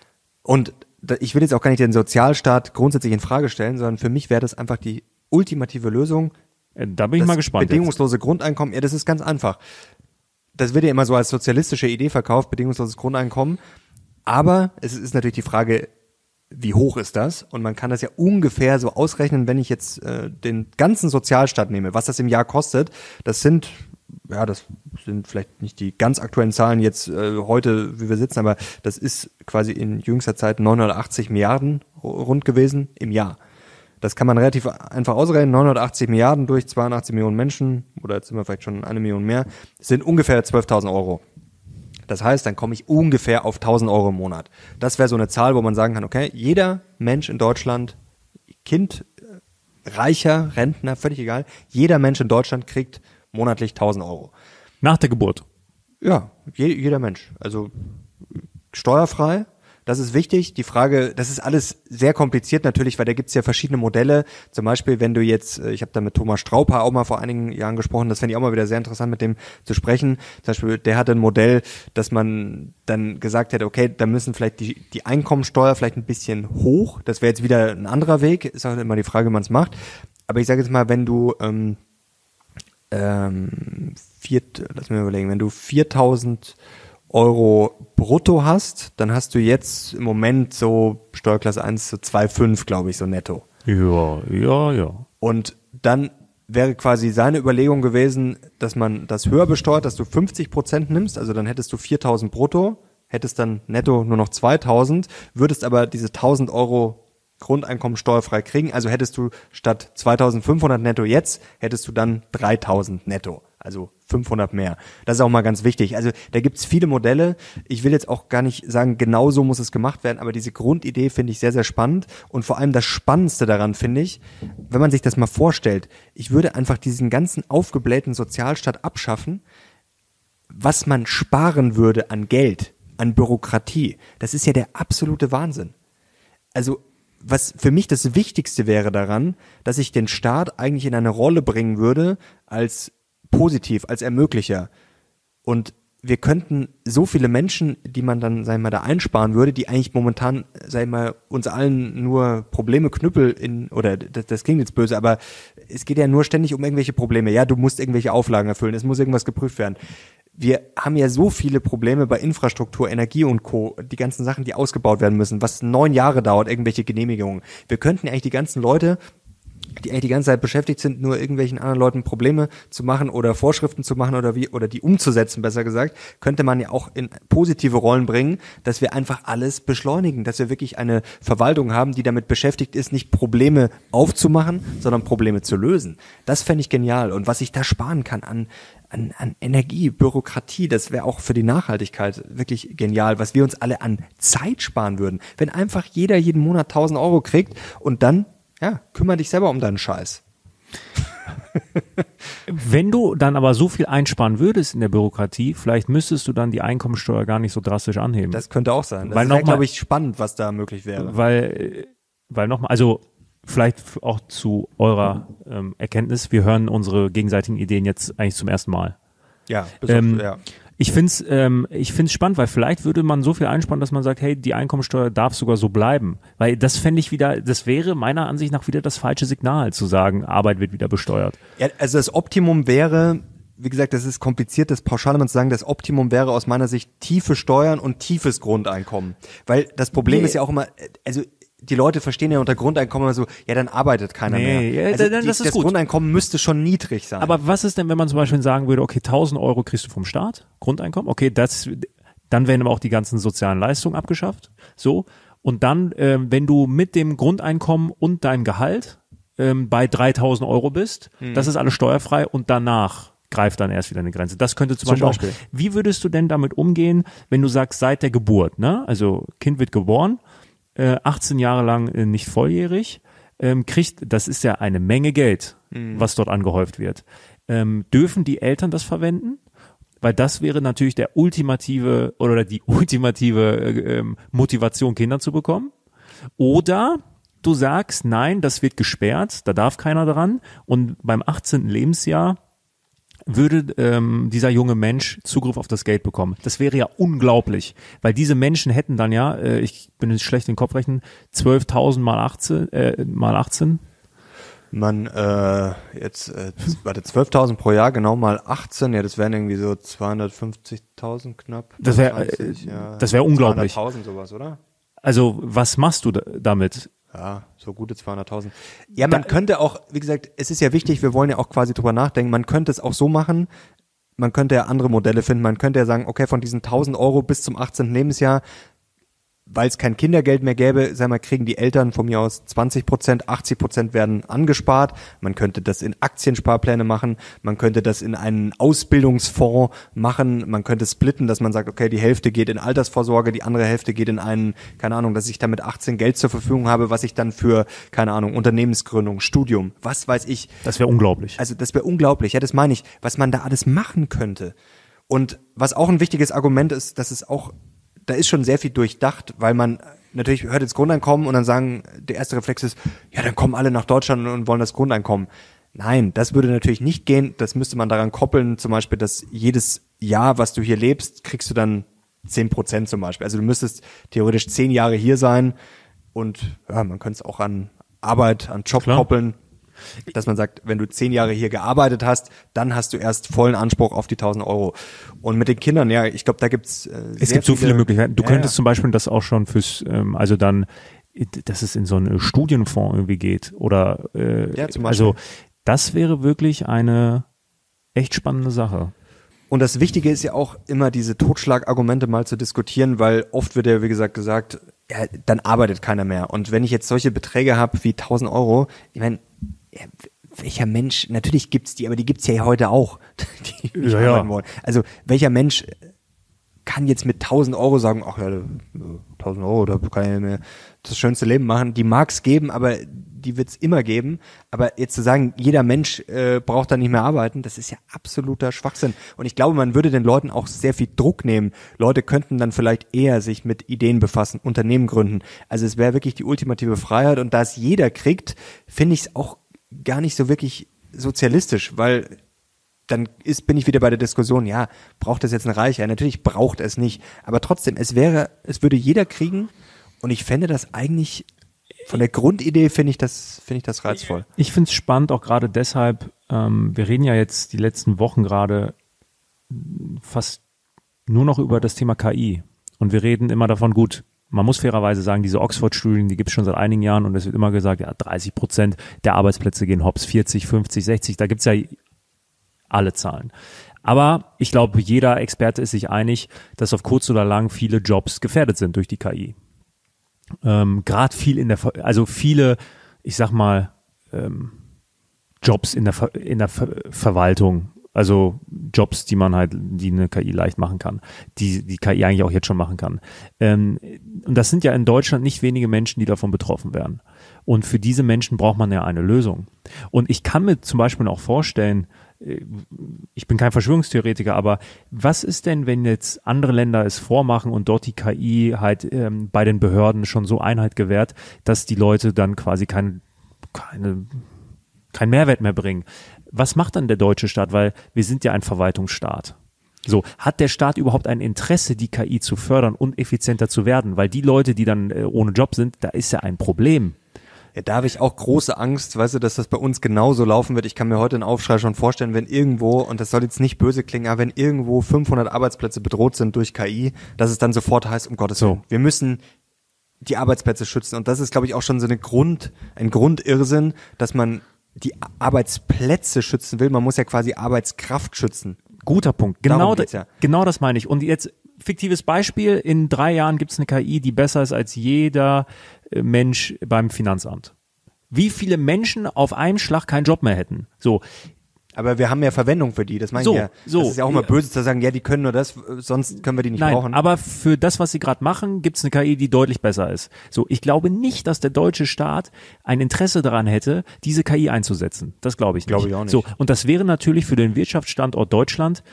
Und ich will jetzt auch gar nicht den Sozialstaat grundsätzlich in Frage stellen, sondern für mich wäre das einfach die ultimative Lösung. Da bin ich das mal gespannt. Bedingungslose jetzt. Grundeinkommen, ja, das ist ganz einfach. Das wird ja immer so als sozialistische Idee verkauft, bedingungsloses Grundeinkommen. Aber es ist natürlich die Frage, wie hoch ist das? Und man kann das ja ungefähr so ausrechnen, wenn ich jetzt äh, den ganzen Sozialstaat nehme, was das im Jahr kostet. Das sind, ja, das sind vielleicht nicht die ganz aktuellen Zahlen jetzt äh, heute, wie wir sitzen, aber das ist quasi in jüngster Zeit neunhundertachtzig Milliarden rund gewesen im Jahr. Das kann man relativ einfach ausrechnen, neunhundertachtzig Milliarden durch zweiundachtzig Millionen Menschen, oder jetzt sind wir vielleicht schon eine Million mehr, sind ungefähr zwölftausend Euro. Das heißt, dann komme ich ungefähr auf tausend Euro im Monat. Das wäre so eine Zahl, wo man sagen kann, okay, jeder Mensch in Deutschland, Kind, Reicher, Rentner, völlig egal, jeder Mensch in Deutschland kriegt monatlich tausend Euro. Nach der Geburt? Ja, je, jeder Mensch. Also steuerfrei. Das ist wichtig. Die Frage, das ist alles sehr kompliziert natürlich, weil da gibt's ja verschiedene Modelle. Zum Beispiel, wenn du jetzt, ich habe da mit Thomas Strauper auch mal vor einigen Jahren gesprochen, das fände ich auch mal wieder sehr interessant, mit dem zu sprechen. Zum Beispiel, der hatte ein Modell, dass man dann gesagt hätte, okay, da müssen vielleicht die, die Einkommensteuer vielleicht ein bisschen hoch. Das wäre jetzt wieder ein anderer Weg. Ist auch immer die Frage, wie man es macht. Aber ich sage jetzt mal, wenn du ähm, ähm, vier, lass mich mal überlegen, wenn du viertausend Euro brutto hast, dann hast du jetzt im Moment so Steuerklasse eins so zwei Komma fünf, glaube ich, so netto. Ja, ja, ja. Und dann wäre quasi seine Überlegung gewesen, dass man das höher besteuert, dass du fünfzig Prozent nimmst, also dann hättest du viertausend brutto, hättest dann netto nur noch zweitausend, würdest aber diese tausend Euro Grundeinkommen steuerfrei kriegen, also hättest du statt zweitausendfünfhundert netto jetzt, hättest du dann dreitausend netto. Also fünfhundert mehr. Das ist auch mal ganz wichtig. Also da gibt's viele Modelle. Ich will jetzt auch gar nicht sagen, genau so muss es gemacht werden, aber diese Grundidee finde ich sehr, sehr spannend. Und vor allem das Spannendste daran finde ich, wenn man sich das mal vorstellt, ich würde einfach diesen ganzen aufgeblähten Sozialstaat abschaffen, was man sparen würde an Geld, an Bürokratie. Das ist ja der absolute Wahnsinn. Also was für mich das Wichtigste wäre daran, dass ich den Staat eigentlich in eine Rolle bringen würde als positiv, als Ermöglicher. Und wir könnten so viele Menschen, die man dann, sagen wir mal, da einsparen würde, die eigentlich momentan, sagen wir mal, uns allen nur Probleme Knüppel in, oder das, das klingt jetzt böse, aber es geht ja nur ständig um irgendwelche Probleme. Ja, du musst irgendwelche Auflagen erfüllen, es muss irgendwas geprüft werden. Wir haben ja so viele Probleme bei Infrastruktur, Energie und Co., die ganzen Sachen, die ausgebaut werden müssen, was neun Jahre dauert, irgendwelche Genehmigungen. Wir könnten eigentlich die ganzen Leute, die eigentlich die ganze Zeit beschäftigt sind, nur irgendwelchen anderen Leuten Probleme zu machen oder Vorschriften zu machen oder wie oder die umzusetzen, besser gesagt, könnte man ja auch in positive Rollen bringen, dass wir einfach alles beschleunigen, dass wir wirklich eine Verwaltung haben, die damit beschäftigt ist, nicht Probleme aufzumachen, sondern Probleme zu lösen. Das fände ich genial. Und was ich da sparen kann an An, an Energie, Bürokratie, das wäre auch für die Nachhaltigkeit wirklich genial, was wir uns alle an Zeit sparen würden. Wenn einfach jeder jeden Monat tausend Euro kriegt und dann, ja, kümmere dich selber um deinen Scheiß. Wenn du dann aber so viel einsparen würdest in der Bürokratie, vielleicht müsstest du dann die Einkommensteuer gar nicht so drastisch anheben. Das könnte auch sein. Das weil ist, ja, glaube ich, spannend, was da möglich wäre. Weil, weil nochmal, also vielleicht auch zu eurer ähm, Erkenntnis, wir hören unsere gegenseitigen Ideen jetzt eigentlich zum ersten Mal. Ja, bis ähm, auf, ja. Ich finde es ähm, ich find's spannend, weil vielleicht würde man so viel einsparen, dass man sagt, hey, die Einkommensteuer darf sogar so bleiben. Weil das fände ich wieder, das wäre meiner Ansicht nach wieder das falsche Signal, zu sagen, Arbeit wird wieder besteuert. Ja, also das Optimum wäre, wie gesagt, das ist kompliziert, das pauschal immer zu sagen, das Optimum wäre aus meiner Sicht tiefe Steuern und tiefes Grundeinkommen. Weil das Problem nee. ist ja auch immer, also die Leute verstehen ja unter Grundeinkommen immer so, ja, dann arbeitet keiner nee, mehr. Ja, also dann, die, das, ist das gut. Grundeinkommen müsste schon niedrig sein. Aber was ist denn, wenn man zum Beispiel sagen würde, okay, tausend Euro kriegst du vom Staat, Grundeinkommen, okay, das, dann werden aber auch die ganzen sozialen Leistungen abgeschafft, so. Und dann, ähm, wenn du mit dem Grundeinkommen und deinem Gehalt ähm, bei dreitausend Euro bist, mhm. das ist alles steuerfrei und danach greift dann erst wieder eine Grenze. Das könnte zum, zum Beispiel, Beispiel auch, wie würdest du denn damit umgehen, wenn du sagst, seit der Geburt, ne, also Kind wird geboren, achtzehn Jahre lang nicht volljährig, ähm, kriegt, das ist ja eine Menge Geld, mhm. was dort angehäuft wird. Ähm, dürfen die Eltern das verwenden? Weil das wäre natürlich der ultimative oder die ultimative äh, Motivation, Kinder zu bekommen. Oder du sagst, nein, das wird gesperrt, da darf keiner dran. Und beim achtzehnten Lebensjahr würde ähm, dieser junge Mensch Zugriff auf das Geld bekommen. Das wäre ja unglaublich, weil diese Menschen hätten dann ja, äh, ich bin jetzt schlecht in den Kopf rechnen, zwölftausend mal achtzehn, äh, mal achtzehn. Man, äh, jetzt, äh, warte, zwölftausend pro Jahr, genau mal achtzehn, ja, das wären irgendwie so zweihundertfünfzigtausend knapp. Das wäre, äh, ja, das wäre unglaublich. zweihunderttausend sowas, oder? Also, was machst du da, damit? Ja, so gute zweihunderttausend. Ja, man da, könnte auch, wie gesagt, es ist ja wichtig, wir wollen ja auch quasi drüber nachdenken, man könnte es auch so machen, man könnte ja andere Modelle finden, man könnte ja sagen, okay, von diesen tausend Euro bis zum achtzehnten Lebensjahr, weil es kein Kindergeld mehr gäbe, sagen wir, kriegen die Eltern von mir aus zwanzig Prozent, achtzig Prozent werden angespart. Man könnte das in Aktiensparpläne machen, man könnte das in einen Ausbildungsfonds machen, man könnte splitten, dass man sagt, okay, die Hälfte geht in Altersvorsorge, die andere Hälfte geht in einen, keine Ahnung, dass ich dann mit achtzehn Geld zur Verfügung habe, was ich dann für, keine Ahnung, Unternehmensgründung, Studium, was weiß ich. Das wäre unglaublich. Also das wäre unglaublich, ja, das meine ich, was man da alles machen könnte. Und was auch ein wichtiges Argument ist, dass es auch da ist schon sehr viel durchdacht, weil man natürlich hört jetzt Grundeinkommen und dann sagen, der erste Reflex ist, ja, dann kommen alle nach Deutschland und wollen das Grundeinkommen. Nein, das würde natürlich nicht gehen. Das müsste man daran koppeln, zum Beispiel, dass jedes Jahr, was du hier lebst, kriegst du dann zehn Prozent zum Beispiel. Also du müsstest theoretisch zehn Jahre hier sein und ja, man könnte es auch an Arbeit, an Job Klar. koppeln. Dass man sagt, wenn du zehn Jahre hier gearbeitet hast, dann hast du erst vollen Anspruch auf die tausend Euro. Und mit den Kindern, ja, ich glaube, da gibt's äh, Es sehr gibt so viele Möglichkeiten. Du ja, könntest ja. zum Beispiel das auch schon fürs, ähm, also dann, dass es in so einen Studienfonds irgendwie geht oder, äh, Ja, zum Beispiel. also das wäre wirklich eine echt spannende Sache. Und das Wichtige ist ja auch immer diese Totschlagargumente mal zu diskutieren, weil oft wird ja, wie gesagt, gesagt, ja, dann arbeitet keiner mehr. Und wenn ich jetzt solche Beträge habe wie tausend Euro, ich meine, ja, welcher Mensch, natürlich gibt's die, aber die gibt's ja heute auch, die nicht Ja, ja. arbeiten wollen. Also welcher Mensch kann jetzt mit tausend Euro sagen, ach ja, tausend Euro, da kann ich ja mehr das schönste Leben machen. Die mag's geben, aber die wird's immer geben. Aber jetzt zu sagen, jeder Mensch äh, braucht da nicht mehr arbeiten, das ist ja absoluter Schwachsinn. Und ich glaube, man würde den Leuten auch sehr viel Druck nehmen. Leute könnten dann vielleicht eher sich mit Ideen befassen, Unternehmen gründen. Also es wäre wirklich die ultimative Freiheit. Und da es jeder kriegt, finde ich es auch gar nicht so wirklich sozialistisch, weil dann ist, bin ich wieder bei der Diskussion, ja, braucht es jetzt ein Reicher? Natürlich braucht es nicht. Aber trotzdem, es wäre, es würde jeder kriegen und ich fände das eigentlich, von der Grundidee finde ich das, finde ich das reizvoll. Ich finde es spannend, auch gerade deshalb, ähm, wir reden ja jetzt die letzten Wochen gerade fast nur noch über das Thema K I. Und wir reden immer davon, gut, man muss fairerweise sagen, diese Oxford-Studien, die gibt es schon seit einigen Jahren und es wird immer gesagt, ja, dreißig Prozent der Arbeitsplätze gehen hops, vierzig, fünfzig, sechzig, da gibt's ja alle Zahlen. Aber ich glaube, jeder Experte ist sich einig, dass auf kurz oder lang viele Jobs gefährdet sind durch die K I. Ähm, Gerade viel in der, Ver- also viele, ich sag mal, ähm, Jobs in der, Ver- in der Ver- Verwaltung, also Jobs, die man halt, die eine K I leicht machen kann, die die K I eigentlich auch jetzt schon machen kann. Ähm, und das sind ja in Deutschland nicht wenige Menschen, die davon betroffen werden. Und für diese Menschen braucht man ja eine Lösung. Und ich kann mir zum Beispiel auch vorstellen, ich bin kein Verschwörungstheoretiker, aber was ist denn, wenn jetzt andere Länder es vormachen und dort die K I halt ähm, bei den Behörden schon so Einheit gewährt, dass die Leute dann quasi kein, keine, kein Mehrwert mehr bringen? Was macht dann der deutsche Staat? Weil wir sind ja ein Verwaltungsstaat. So, hat der Staat überhaupt ein Interesse, die K I zu fördern und effizienter zu werden? Weil die Leute, die dann äh, ohne Job sind, da ist ja ein Problem. Ja, da habe ich auch große Angst, weißt du, dass das bei uns genauso laufen wird. Ich kann mir heute einen Aufschrei schon vorstellen, wenn irgendwo, und das soll jetzt nicht böse klingen, aber wenn irgendwo fünfhundert Arbeitsplätze bedroht sind durch K I, dass es dann sofort heißt, um Gottes Willen, So. wir müssen die Arbeitsplätze schützen. Und das ist, glaube ich, auch schon so eine Grund, ein Grundirrsinn, dass man die Arbeitsplätze schützen will. Man muss ja quasi Arbeitskraft schützen. Guter Punkt. Genau, Darum da, geht's ja. genau das meine ich. Und jetzt fiktives Beispiel, in drei Jahren gibt es eine K I, die besser ist als jeder äh, Mensch beim Finanzamt. Wie viele Menschen auf einen Schlag keinen Job mehr hätten? So, Aber wir haben ja Verwendung für die, das meine So, ich ja. so. Das ist ja auch immer böse zu sagen, ja, die können nur das, sonst können wir die nicht nein, brauchen. aber für das, was sie gerade machen, gibt es eine K I, die deutlich besser ist. So, ich glaube nicht, dass der deutsche Staat ein Interesse daran hätte, diese K I einzusetzen. Das glaube ich nicht. Glaube ich auch nicht. So, und das wäre natürlich für den Wirtschaftsstandort Deutschland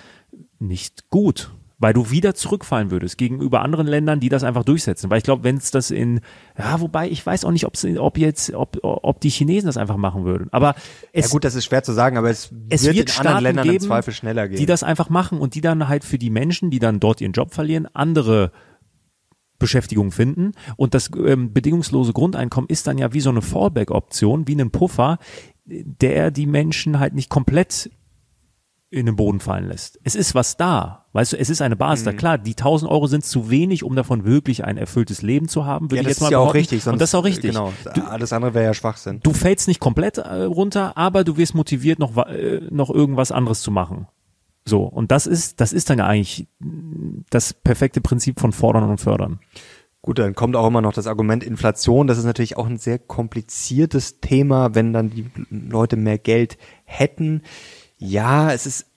nicht gut, weil du wieder zurückfallen würdest gegenüber anderen Ländern, die das einfach durchsetzen. Weil ich glaube, wenn es das in, ja, wobei ich weiß auch nicht, ob's, ob jetzt, ob, ob die Chinesen das einfach machen würden. Aber es, ja gut, das ist schwer zu sagen, aber es, es wird, wird in Staaten anderen Ländern geben, im Zweifel schneller gehen. die das einfach machen und die dann halt für die Menschen, die dann dort ihren Job verlieren, andere Beschäftigung finden. Und das ähm, bedingungslose Grundeinkommen ist dann ja wie so eine Fallback-Option, wie ein Puffer, der die Menschen halt nicht komplett in den Boden fallen lässt. Es ist was da, weißt du, es ist eine Basis da. Klar, die tausend Euro sind zu wenig, um davon wirklich ein erfülltes Leben zu haben, würde ja, ich das jetzt mal ist ja auch behaupten. richtig. Sonst, und das ist auch richtig. Genau, Du, alles andere wäre ja Schwachsinn. du fällst nicht komplett äh, runter, aber du wirst motiviert, noch, äh, noch irgendwas anderes zu machen. So, und das ist, das ist dann ja eigentlich das perfekte Prinzip von Fordern und Fördern. Gut, dann kommt auch immer noch das Argument Inflation. Das ist natürlich auch ein sehr kompliziertes Thema, wenn dann die Leute mehr Geld hätten. Ja, es ist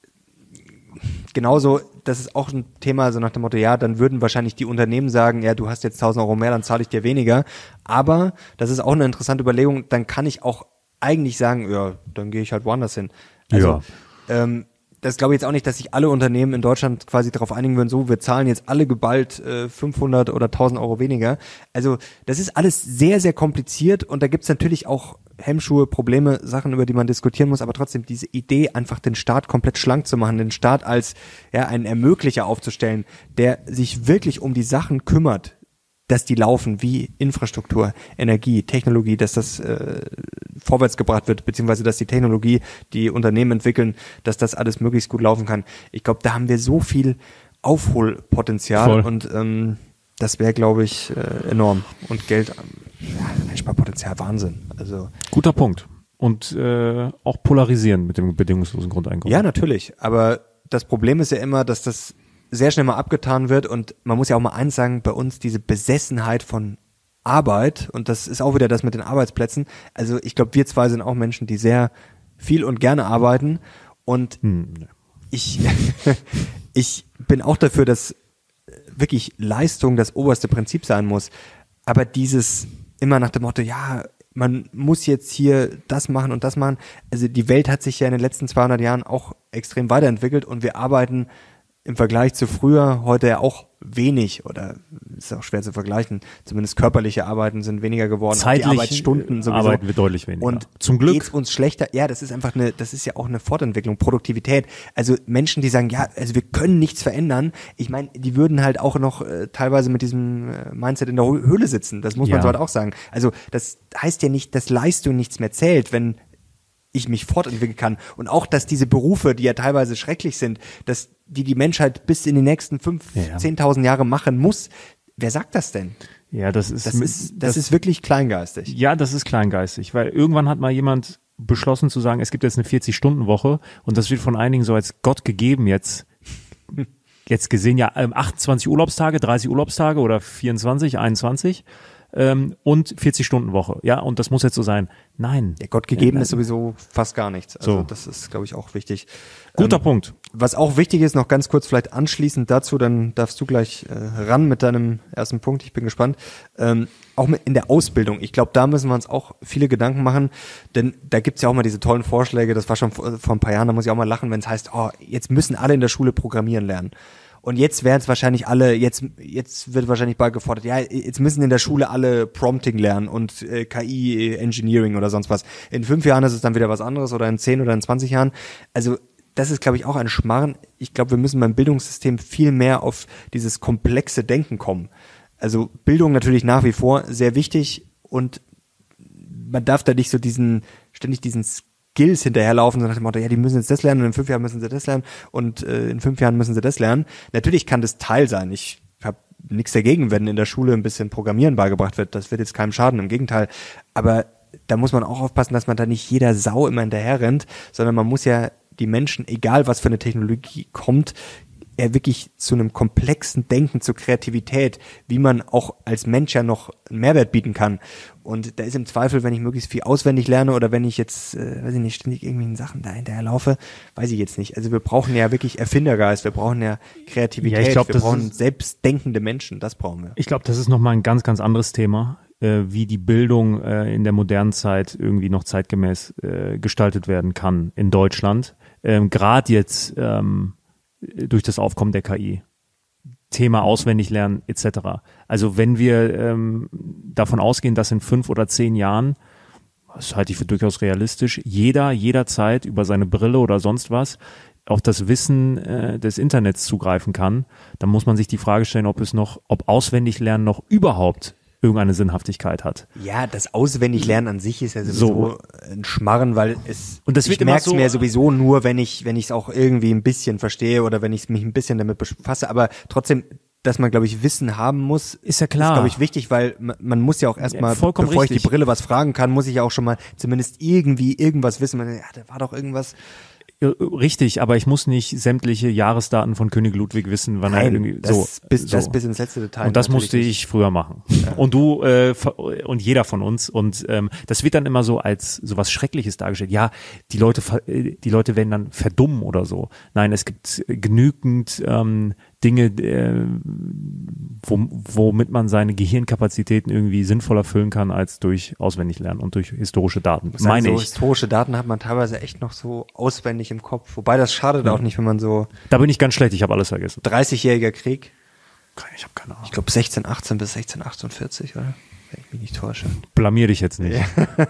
genauso, das ist auch ein Thema so nach dem Motto, ja, dann würden wahrscheinlich die Unternehmen sagen, ja, du hast jetzt tausend Euro mehr, dann zahle ich dir weniger. Aber das ist auch eine interessante Überlegung, dann kann ich auch eigentlich sagen, ja, dann gehe ich halt woanders hin. Also, ja. ähm, das glaube ich jetzt auch nicht, dass sich alle Unternehmen in Deutschland quasi darauf einigen würden, so, wir zahlen jetzt alle geballt äh, fünfhundert oder tausend Euro weniger. Also das ist alles sehr, sehr kompliziert und da gibt's natürlich auch Hemmschuhe, Probleme, Sachen, über die man diskutieren muss, aber trotzdem diese Idee, einfach den Staat komplett schlank zu machen, den Staat als ja einen Ermöglicher aufzustellen, der sich wirklich um die Sachen kümmert, dass die laufen, wie Infrastruktur, Energie, Technologie, dass das äh, vorwärts gebracht wird, beziehungsweise dass die Technologie, die Unternehmen entwickeln, dass das alles möglichst gut laufen kann. Ich glaube, da haben wir so viel Aufholpotenzial Voll. und ähm, das wäre, glaube ich, äh, enorm. Und Geld, ähm, ja, Einsparpotenzial, Wahnsinn. Also Guter Punkt. Und äh, auch polarisieren mit dem bedingungslosen Grundeinkommen. ja, natürlich. Aber das Problem ist ja immer, dass das sehr schnell mal abgetan wird und man muss ja auch mal eins sagen, bei uns diese Besessenheit von Arbeit und das ist auch wieder das mit den Arbeitsplätzen. Also ich glaube, wir zwei sind auch Menschen, die sehr viel und gerne arbeiten und Hm. ich, ich bin auch dafür, dass wirklich Leistung das oberste Prinzip sein muss. Aber dieses immer nach dem Motto, ja, man muss jetzt hier das machen und das machen. Also die Welt hat sich ja in den letzten zweihundert Jahren auch extrem weiterentwickelt und wir arbeiten im Vergleich zu früher heute ja auch wenig oder ist auch schwer zu vergleichen. Zumindest körperliche Arbeiten sind weniger geworden. Zeitlich die Arbeitsstunden sowieso. arbeiten wir deutlich weniger. Und zum Glück geht's uns schlechter. Ja, das ist einfach eine, das ist ja auch eine Fortentwicklung, Produktivität. Also Menschen, die sagen, ja, also wir können nichts verändern. Ich meine, die würden halt auch noch äh, teilweise mit diesem äh, Mindset in der Höhle sitzen. Das muss man Ja. so halt auch sagen. Also das heißt ja nicht, dass Leistung nichts mehr zählt, wenn ich mich fortentwickeln kann. Und auch, dass diese Berufe, die ja teilweise schrecklich sind, dass die die Menschheit bis in die nächsten fünf, Ja. zehntausend Jahre machen muss. Wer sagt das denn? Ja, das ist Das ist, das ist wirklich kleingeistig. Ja, das ist kleingeistig, weil irgendwann hat mal jemand beschlossen zu sagen, es gibt jetzt eine vierzig-Stunden-Woche und das wird von einigen so als Gott gegeben jetzt, jetzt gesehen, ja, ähm, achtundzwanzig Urlaubstage, dreißig Urlaubstage oder vierundzwanzig, einundzwanzig ähm, und vierzig-Stunden-Woche. Ja, und das muss jetzt so sein. Nein. Ja, Gott gegeben Ja, ist sowieso fast gar nichts. Also So. das ist, glaube ich, auch wichtig. Guter Ähm, Punkt. Was auch wichtig ist, noch ganz kurz vielleicht anschließend dazu, dann darfst du gleich äh, ran mit deinem ersten Punkt, ich bin gespannt. Ähm, auch mit in der Ausbildung, ich glaube, da müssen wir uns auch viele Gedanken machen, denn da gibt's ja auch mal diese tollen Vorschläge, das war schon vor, vor ein paar Jahren, da muss ich auch mal lachen, wenn es heißt, oh, jetzt müssen alle in der Schule programmieren lernen. Und jetzt werden es wahrscheinlich alle, jetzt jetzt wird wahrscheinlich bald gefordert, ja, jetzt müssen in der Schule alle Prompting lernen und äh, K I, Engineering oder sonst was. In fünf Jahren ist es dann wieder was anderes oder in zehn oder in zwanzig Jahren. Also das ist, glaube ich, auch ein Schmarrn. Ich glaube, wir müssen beim Bildungssystem viel mehr auf dieses komplexe Denken kommen. Also Bildung natürlich nach wie vor sehr wichtig und man darf da nicht so diesen, ständig diesen Skills hinterherlaufen, so nach dem Motto, ja, die müssen jetzt das lernen und in fünf Jahren müssen sie das lernen und äh, in fünf Jahren müssen sie das lernen. Natürlich kann das Teil sein. Ich habe nichts dagegen, wenn in der Schule ein bisschen Programmieren beigebracht wird. Das wird jetzt keinem schaden, im Gegenteil. Aber da muss man auch aufpassen, dass man da nicht jeder Sau immer hinterher rennt, sondern man muss ja die Menschen, egal was für eine Technologie kommt, eher wirklich zu einem komplexen Denken, zur Kreativität, wie man auch als Mensch ja noch einen Mehrwert bieten kann. Und da ist im Zweifel, wenn ich möglichst viel auswendig lerne oder wenn ich jetzt, äh, weiß ich nicht, ständig irgendwelchen Sachen da hinterher laufe, weiß ich jetzt nicht. Also wir brauchen ja wirklich Erfindergeist, wir brauchen ja Kreativität, Ja, ich glaub, wir das brauchen ist- selbstdenkende Menschen, das brauchen wir. Ich glaube, das ist nochmal ein ganz, ganz anderes Thema, äh, wie die Bildung äh, in der modernen Zeit irgendwie noch zeitgemäß äh, gestaltet werden kann in Deutschland. Ähm, Gerade jetzt ähm, durch das Aufkommen der K I. Thema auswendig lernen et cetera. Also wenn wir ähm, davon ausgehen, dass in fünf oder zehn Jahren, das halte ich für durchaus realistisch, jeder jederzeit über seine Brille oder sonst was auf das Wissen äh, des Internets zugreifen kann, dann muss man sich die Frage stellen, ob es noch, ob Auswendiglernen noch überhaupt irgendeine Sinnhaftigkeit hat. Ja, das Auswendiglernen an sich ist ja sowieso So. ein Schmarren, weil es, Und das wird ich immer merke es so- mir sowieso nur, wenn ich wenn ich es auch irgendwie ein bisschen verstehe oder wenn ich mich ein bisschen damit befasse, aber trotzdem, dass man, glaube ich, Wissen haben muss, Ist ja klar. ist, glaube ich, wichtig, weil man, man muss ja auch erstmal, Ja, vollkommen bevor ich richtig. die Brille was fragen kann, muss ich ja auch schon mal zumindest irgendwie irgendwas wissen. Man, ja, da war doch irgendwas. Ja, richtig, aber ich muss nicht sämtliche Jahresdaten von König Ludwig wissen, wann er Nein, irgendwie das, so, bis, so. das bis ins letzte Detail. Und das natürlich musste nicht. ich früher machen. Und du äh, und jeder von uns. Und ähm, das wird dann immer so als so was Schreckliches dargestellt. Ja, die Leute, ver- äh, die Leute werden dann verdummen oder so. Nein, es gibt genügend ähm, Dinge, äh, wo, womit man seine Gehirnkapazitäten irgendwie sinnvoller füllen kann als durch Auswendiglernen und durch historische Daten. Sagen, Meine so ich. historische Daten hat man teilweise echt noch so auswendig im Kopf. Wobei das schadet auch nicht, wenn man so Da bin ich ganz schlecht. Ich habe alles vergessen. dreißigjähriger Krieg, Ich habe keine Ahnung. ich glaube sechzehn achtzehn bis sechzehn achtundvierzig, oder? Wenn ich mich nicht täusche. Blamier dich jetzt nicht.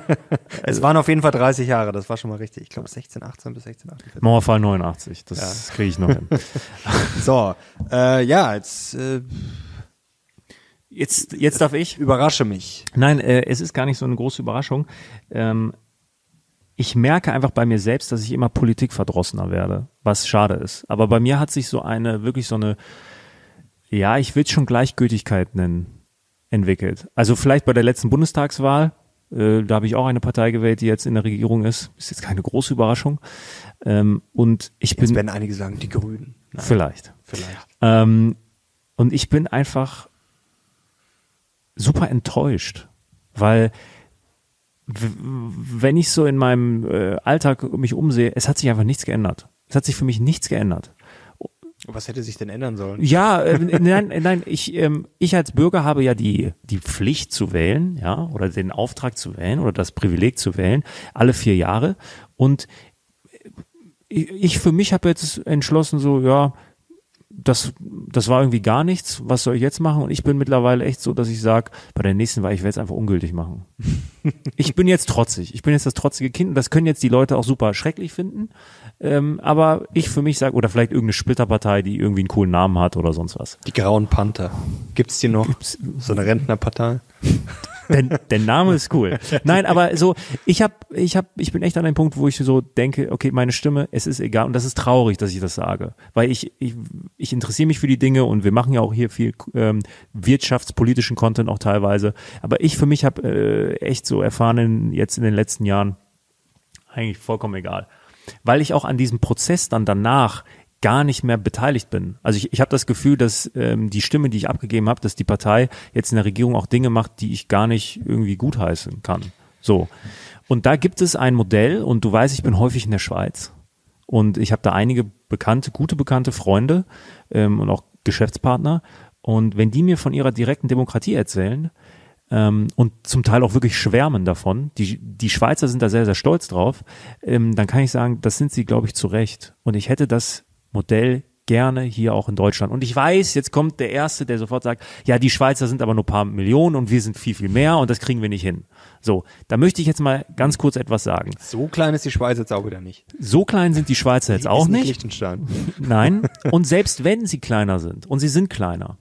Es waren auf jeden Fall dreißig Jahre, das war schon mal richtig. Ich glaube sechzehn achtzehn bis sechzehn achtundvierzig. Mauerfall neunundachtzig. Das kriege ich noch hin. So, äh, ja, jetzt äh, Jetzt, jetzt darf ich. überrasche mich. Nein, äh, es ist gar nicht so eine große Überraschung. Ähm, ich merke einfach bei mir selbst, dass ich immer politikverdrossener werde, was schade ist. Aber bei mir hat sich so eine, wirklich so eine, ja, ich will es schon Gleichgültigkeit nennen, entwickelt. Also vielleicht bei der letzten Bundestagswahl, äh, da habe ich auch eine Partei gewählt, die jetzt in der Regierung ist. Ist jetzt keine große Überraschung. Ähm, und ich Jetzt bin, werden einige sagen, die Grünen. Nein, vielleicht. vielleicht. Ähm, und ich bin einfach super enttäuscht, weil w- wenn ich so in meinem äh, Alltag mich umsehe, es hat sich einfach nichts geändert. Es hat sich für mich nichts geändert. Was hätte sich denn ändern sollen? Ja, äh, nein, nein, ich, ähm, ich als Bürger habe ja die, die Pflicht zu wählen, ja, oder den Auftrag zu wählen oder das Privileg zu wählen, alle vier Jahre. Und ich, ich für mich habe jetzt entschlossen, so, ja, das, das war irgendwie gar nichts, was soll ich jetzt machen? Und ich bin mittlerweile echt so, dass ich sage, bei der nächsten Wahl, ich werde es einfach ungültig machen. Ich bin jetzt trotzig, ich bin jetzt das trotzige Kind und das können jetzt die Leute auch super schrecklich finden, ähm, aber ich für mich sage, oder vielleicht irgendeine Splitterpartei, die irgendwie einen coolen Namen hat oder sonst was. Die Grauen Panther. Gibt's die noch? Gibt's so eine Rentnerpartei? Der, der Name ist cool. Nein, aber so, ich hab, ich hab, ich bin echt an einem Punkt, wo ich so denke, okay, meine Stimme, es ist egal. Und das ist traurig, dass ich das sage. Weil ich, ich, ich interessiere mich für die Dinge und wir machen ja auch hier viel ähm, wirtschaftspolitischen Content auch teilweise. Aber ich für mich habe äh, echt so erfahren in, jetzt in den letzten Jahren, eigentlich vollkommen egal. Weil ich auch an diesem Prozess dann danach gar nicht mehr beteiligt bin. Also ich, ich habe das Gefühl, dass ähm, die Stimme, die ich abgegeben habe, dass die Partei jetzt in der Regierung auch Dinge macht, die ich gar nicht irgendwie gutheißen kann. So. Und da gibt es ein Modell und du weißt, ich bin häufig in der Schweiz und ich habe da einige bekannte, gute bekannte Freunde ähm, und auch Geschäftspartner und wenn die mir von ihrer direkten Demokratie erzählen ähm, und zum Teil auch wirklich schwärmen davon, die, die Schweizer sind da sehr, sehr stolz drauf, ähm, dann kann ich sagen, das sind sie, glaube ich, zu Recht. Und ich hätte das Modell gerne hier auch in Deutschland. Und ich weiß, jetzt kommt der Erste, der sofort sagt, ja, die Schweizer sind aber nur ein paar Millionen und wir sind viel, viel mehr und das kriegen wir nicht hin. So, da möchte ich jetzt mal ganz kurz etwas sagen. So klein ist die Schweiz jetzt auch wieder nicht. So klein sind die Schweizer jetzt auch nicht. Liechtenstein. Nein. Und selbst wenn sie kleiner sind, und sie sind kleiner,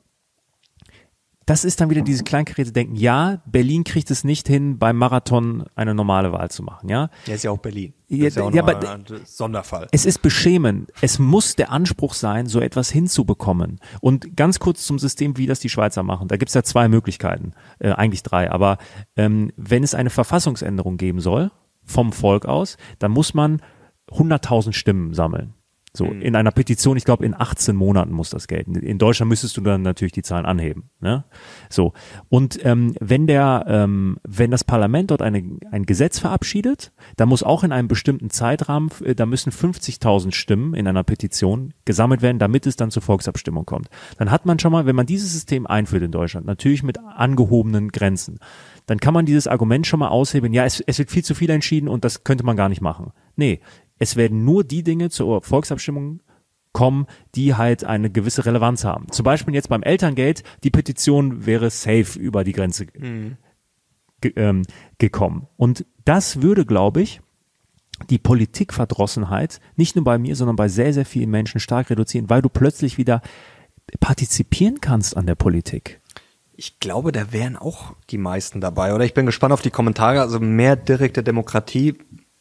das ist dann wieder dieses kleingeräte Denken. Ja, Berlin kriegt es nicht hin, beim Marathon eine normale Wahl zu machen. Ja, ja ist ja auch Berlin. Das ja, ist ja auch ja, aber ein Sonderfall. Es ist beschämend. Es muss der Anspruch sein, so etwas hinzubekommen. Und ganz kurz zum System, wie das die Schweizer machen. Da gibt es ja zwei Möglichkeiten, äh, eigentlich drei. Aber ähm, wenn es eine Verfassungsänderung geben soll, vom Volk aus, dann muss man hunderttausend Stimmen sammeln. So, mhm. in einer Petition, ich glaube, in achtzehn Monaten muss das gelten. In Deutschland müsstest du dann natürlich die Zahlen anheben. Ne? So. Und ähm, wenn der, ähm, wenn das Parlament dort eine, ein Gesetz verabschiedet, dann muss auch in einem bestimmten Zeitrahmen, äh, da müssen fünfzigtausend Stimmen in einer Petition gesammelt werden, damit es dann zur Volksabstimmung kommt. Dann hat man schon mal, wenn man dieses System einführt in Deutschland, natürlich mit angehobenen Grenzen, dann kann man dieses Argument schon mal aushebeln, ja, es, es wird viel zu viel entschieden und das könnte man gar nicht machen. Nee. Es werden nur die Dinge zur Volksabstimmung kommen, die halt eine gewisse Relevanz haben. Zum Beispiel jetzt beim Elterngeld, die Petition wäre safe über die Grenze mhm. ge- ähm, gekommen. Und das würde, glaube ich, die Politikverdrossenheit nicht nur bei mir, sondern bei sehr, sehr vielen Menschen stark reduzieren, weil du plötzlich wieder partizipieren kannst an der Politik. Ich glaube, da wären auch die meisten dabei. Oder ich bin gespannt auf die Kommentare. Also mehr direkte Demokratie.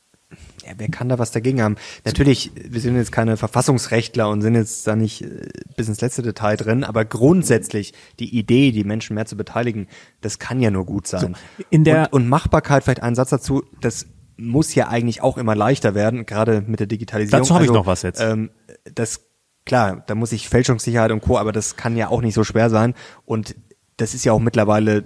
Ja, wer kann da was dagegen haben? Natürlich, wir sind jetzt keine Verfassungsrechtler und sind jetzt da nicht bis ins letzte Detail drin, aber grundsätzlich die Idee, die Menschen mehr zu beteiligen, das kann ja nur gut sein. So, in der und, und Machbarkeit, vielleicht ein Satz dazu, das muss ja eigentlich auch immer leichter werden, gerade mit der Digitalisierung. Dazu habe also, ich noch was jetzt. Ähm, das, klar, da muss ich Fälschungssicherheit und Co., aber das kann ja auch nicht so schwer sein und das ist ja auch mittlerweile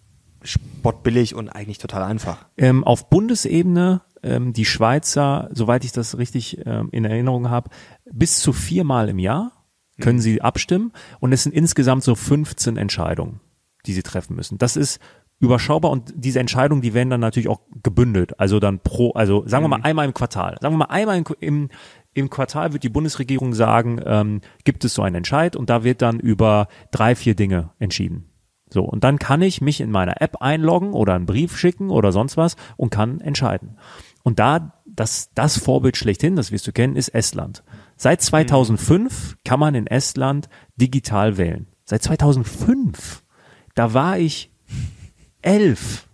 spottbillig und eigentlich total einfach. Ähm, auf Bundesebene ähm, die Schweizer, soweit ich das richtig ähm, in Erinnerung habe, bis zu viermal im Jahr können mhm. sie abstimmen und es sind insgesamt so fünfzehn Entscheidungen, die sie treffen müssen. Das ist überschaubar und diese Entscheidungen, die werden dann natürlich auch gebündelt, also dann pro, also sagen wir mal einmal im Quartal, sagen wir mal einmal im, im, im Quartal wird die Bundesregierung sagen, ähm, gibt es so einen Entscheid und da wird dann über drei, vier Dinge entschieden. So, und dann kann ich mich in meiner App einloggen oder einen Brief schicken oder sonst was und kann entscheiden. Und da, das, das Vorbild schlechthin, das wirst du kennen, ist Estland. Seit zweitausendfünf kann man in Estland digital wählen. Seit zweitausendfünf. Da war ich elf.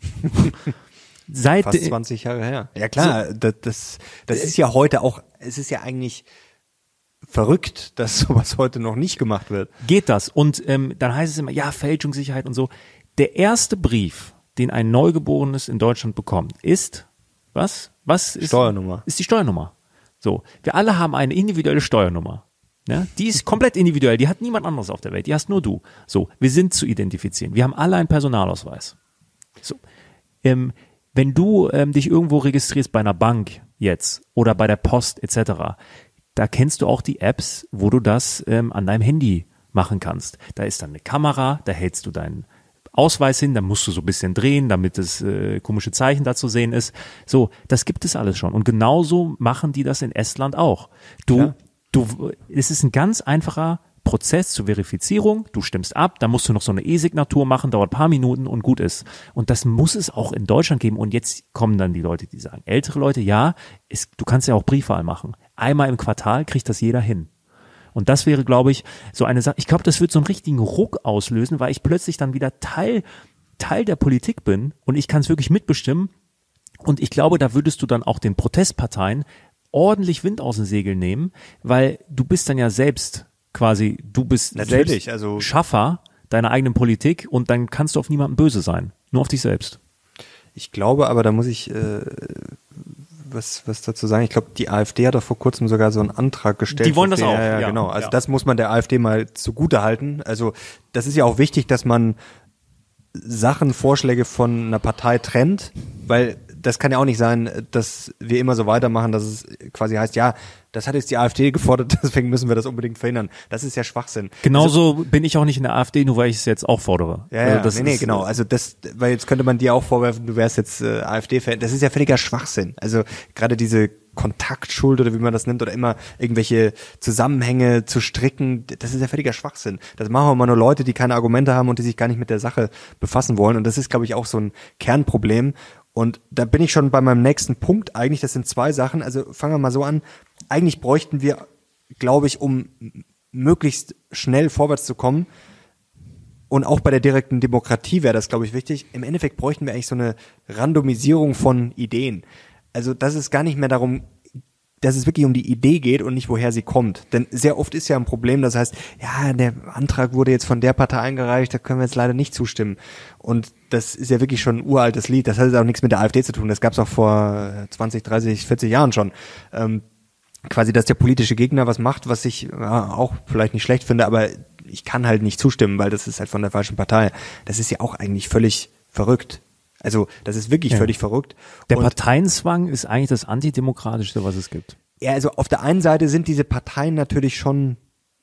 Seit fast zwanzig Jahre her. Ja klar, so, das, das, das ist ja heute auch, es ist ja eigentlich verrückt, dass sowas heute noch nicht gemacht wird. Geht das? Und ähm, dann heißt es immer, ja, Fälschungssicherheit und so. Der erste Brief, den ein Neugeborenes in Deutschland bekommt, ist, was? Was ist? Steuernummer. Ist die Steuernummer. So. Wir alle haben eine individuelle Steuernummer. Ja? Die ist komplett individuell. Die hat niemand anderes auf der Welt. Die hast nur du. So. Wir sind zu identifizieren. Wir haben alle einen Personalausweis. So. Ähm, wenn du ähm, dich irgendwo registrierst bei einer Bank jetzt oder bei der Post et cetera, da kennst du auch die Apps, wo du das ähm, an deinem Handy machen kannst. Da ist dann eine Kamera, da hältst du deinen Ausweis hin, dann musst du so ein bisschen drehen, damit das äh, komische Zeichen da zu sehen ist. So, das gibt es alles schon. Und genauso machen die das in Estland auch. Du, Klar. du, es ist ein ganz einfacher Prozess zur Verifizierung, du stimmst ab, dann musst du noch so eine E-Signatur machen, dauert ein paar Minuten und gut ist. Und das muss es auch in Deutschland geben. Und jetzt kommen dann die Leute, die sagen, ältere Leute, ja, ist, du kannst ja auch Briefwahl machen. Einmal im Quartal kriegt das jeder hin. Und das wäre, glaube ich, so eine Sache, ich glaube, das wird so einen richtigen Ruck auslösen, weil ich plötzlich dann wieder Teil, Teil der Politik bin und ich kann es wirklich mitbestimmen. Und ich glaube, da würdest du dann auch den Protestparteien ordentlich Wind aus den Segeln nehmen, weil du bist dann ja selbst quasi, du bist Natürlich, selbst also Schaffer deiner eigenen Politik und dann kannst du auf niemanden böse sein, nur auf dich selbst. Ich glaube aber, da muss ich äh, was, was dazu sagen. Ich glaube, die AfD hat doch vor kurzem sogar so einen Antrag gestellt. Die wollen das den, auch. Ja, ja, ja, genau. Also ja. das muss man der AfD mal zugute halten. Also das ist ja auch wichtig, dass man Sachen, Vorschläge von einer Partei trennt, weil das kann ja auch nicht sein, dass wir immer so weitermachen, dass es quasi heißt, ja, das hat jetzt die AfD gefordert, deswegen müssen wir das unbedingt verhindern. Das ist ja Schwachsinn. Genauso also, bin ich auch nicht in der AfD, nur weil ich es jetzt auch fordere. Ja, also ja, das nee, nee, ist, genau. Also das, weil jetzt könnte man dir auch vorwerfen, du wärst jetzt äh, AfD-Fan. Das ist ja völliger Schwachsinn. Also gerade diese Kontaktschuld oder wie man das nennt oder immer irgendwelche Zusammenhänge zu stricken, das ist ja völliger Schwachsinn. Das machen immer nur Leute, die keine Argumente haben und die sich gar nicht mit der Sache befassen wollen. Und das ist, glaube ich, auch so ein Kernproblem. Und da bin ich schon bei meinem nächsten Punkt eigentlich. Das sind zwei Sachen. Also fangen wir mal so an. Eigentlich bräuchten wir, glaube ich, um möglichst schnell vorwärts zu kommen, und auch bei der direkten Demokratie wäre das, glaube ich, wichtig. Im Endeffekt bräuchten wir eigentlich so eine Randomisierung von Ideen. Also, dass es gar nicht mehr darum, dass es wirklich um die Idee geht und nicht, woher sie kommt. Denn sehr oft ist ja ein Problem, das heißt, ja, der Antrag wurde jetzt von der Partei eingereicht, da können wir jetzt leider nicht zustimmen. Und das ist ja wirklich schon ein uraltes Lied. Das hat jetzt auch nichts mit der AfD zu tun. Das gab es auch vor zwanzig, dreißig, vierzig Jahren schon. Ähm, quasi, dass der politische Gegner was macht, was ich ja, auch vielleicht nicht schlecht finde, aber ich kann halt nicht zustimmen, weil das ist halt von der falschen Partei. Das ist ja auch eigentlich völlig verrückt. Also das ist wirklich ja. völlig verrückt. Der und Parteienzwang ist eigentlich das Antidemokratischste, was es gibt. Ja, also auf der einen Seite sind diese Parteien natürlich schon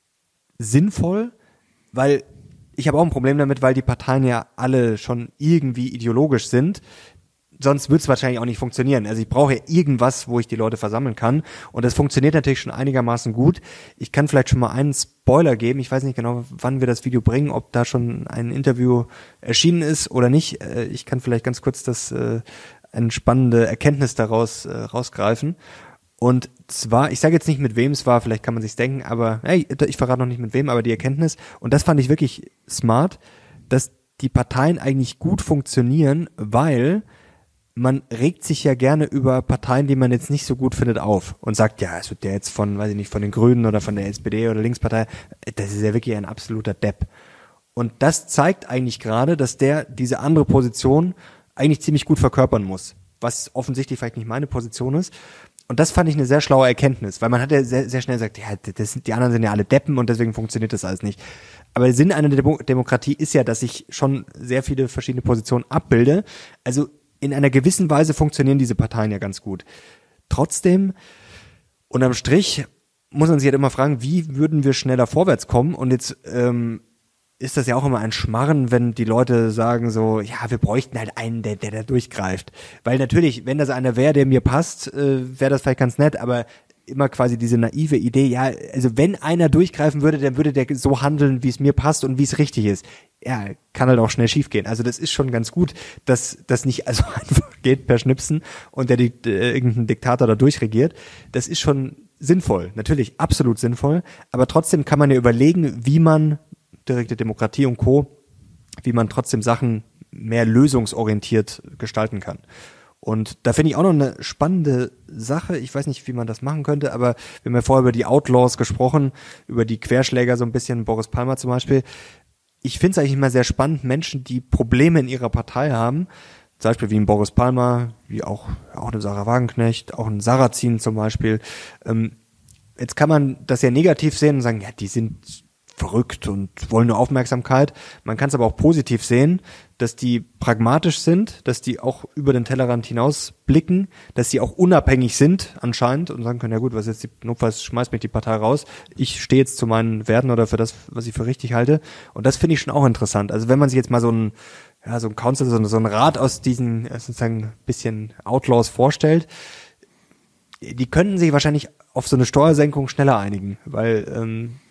sinnvoll, weil ich habe auch ein Problem damit, weil die Parteien ja alle schon irgendwie ideologisch sind. Sonst wird es wahrscheinlich auch nicht funktionieren. Also ich brauche ja irgendwas, wo ich die Leute versammeln kann. Und das funktioniert natürlich schon einigermaßen gut. Ich kann vielleicht schon mal einen Spoiler geben. Ich weiß nicht genau, wann wir das Video bringen, ob da schon ein Interview erschienen ist oder nicht. Ich kann vielleicht ganz kurz das äh, eine spannende Erkenntnis daraus äh, rausgreifen. Und zwar, ich sage jetzt nicht, mit wem es war, vielleicht kann man sich's denken, aber hey, ich verrate noch nicht mit wem, aber die Erkenntnis, und das fand ich wirklich smart, dass die Parteien eigentlich gut funktionieren, weil man regt sich ja gerne über Parteien, die man jetzt nicht so gut findet, auf und sagt, ja, es wird der jetzt von, weiß ich nicht, von den Grünen oder von der S P D oder Linkspartei, das ist ja wirklich ein absoluter Depp. Und das zeigt eigentlich gerade, dass der diese andere Position eigentlich ziemlich gut verkörpern muss, was offensichtlich vielleicht nicht meine Position ist. Und das fand ich eine sehr schlaue Erkenntnis, weil man hat ja sehr, sehr schnell gesagt, ja, das sind, die anderen sind ja alle Deppen und deswegen funktioniert das alles nicht. Aber der Sinn einer Demo- Demokratie ist ja, dass ich schon sehr viele verschiedene Positionen abbilde. Also in einer gewissen Weise funktionieren diese Parteien ja ganz gut. Trotzdem, unterm Strich, muss man sich halt immer fragen, wie würden wir schneller vorwärts kommen? Und jetzt ähm, ist das ja auch immer ein Schmarren, wenn die Leute sagen so, ja, wir bräuchten halt einen, der, der da durchgreift. Weil natürlich, wenn das einer wäre, der mir passt, äh, wäre das vielleicht ganz nett, aber immer quasi diese naive Idee, ja, also wenn einer durchgreifen würde, dann würde der so handeln, wie es mir passt und wie es richtig ist. Ja, kann halt auch schnell schiefgehen. Also das ist schon ganz gut, dass das nicht also einfach geht per Schnipsen und der äh, irgendein Diktator da durchregiert. Das ist schon sinnvoll, natürlich absolut sinnvoll, aber trotzdem kann man ja überlegen, wie man direkte Demokratie und Co., wie man trotzdem Sachen mehr lösungsorientiert gestalten kann. Und da finde ich auch noch eine spannende Sache. Ich weiß nicht, wie man das machen könnte, aber wir haben ja vorher über die Outlaws gesprochen, über die Querschläger so ein bisschen, Boris Palmer zum Beispiel. Ich finde es eigentlich immer sehr spannend, Menschen, die Probleme in ihrer Partei haben, zum Beispiel wie ein Boris Palmer, wie auch, auch eine Sarah Wagenknecht, auch ein Sarrazin zum Beispiel. Ähm, jetzt kann man das ja negativ sehen und sagen, ja, die sind verrückt und wollen nur Aufmerksamkeit. Man kann es aber auch positiv sehen, dass die pragmatisch sind, dass die auch über den Tellerrand hinaus blicken, dass sie auch unabhängig sind anscheinend und sagen können, ja gut, was jetzt die, notfalls schmeißt mich die Partei raus, ich stehe jetzt zu meinen Werten oder für das, was ich für richtig halte. Und das finde ich schon auch interessant. Also wenn man sich jetzt mal so ein, ja, so ein Council, so ein, so ein Rat aus diesen sozusagen bisschen Outlaws vorstellt, die könnten sich wahrscheinlich auf so eine Steuersenkung schneller einigen, weil ähm,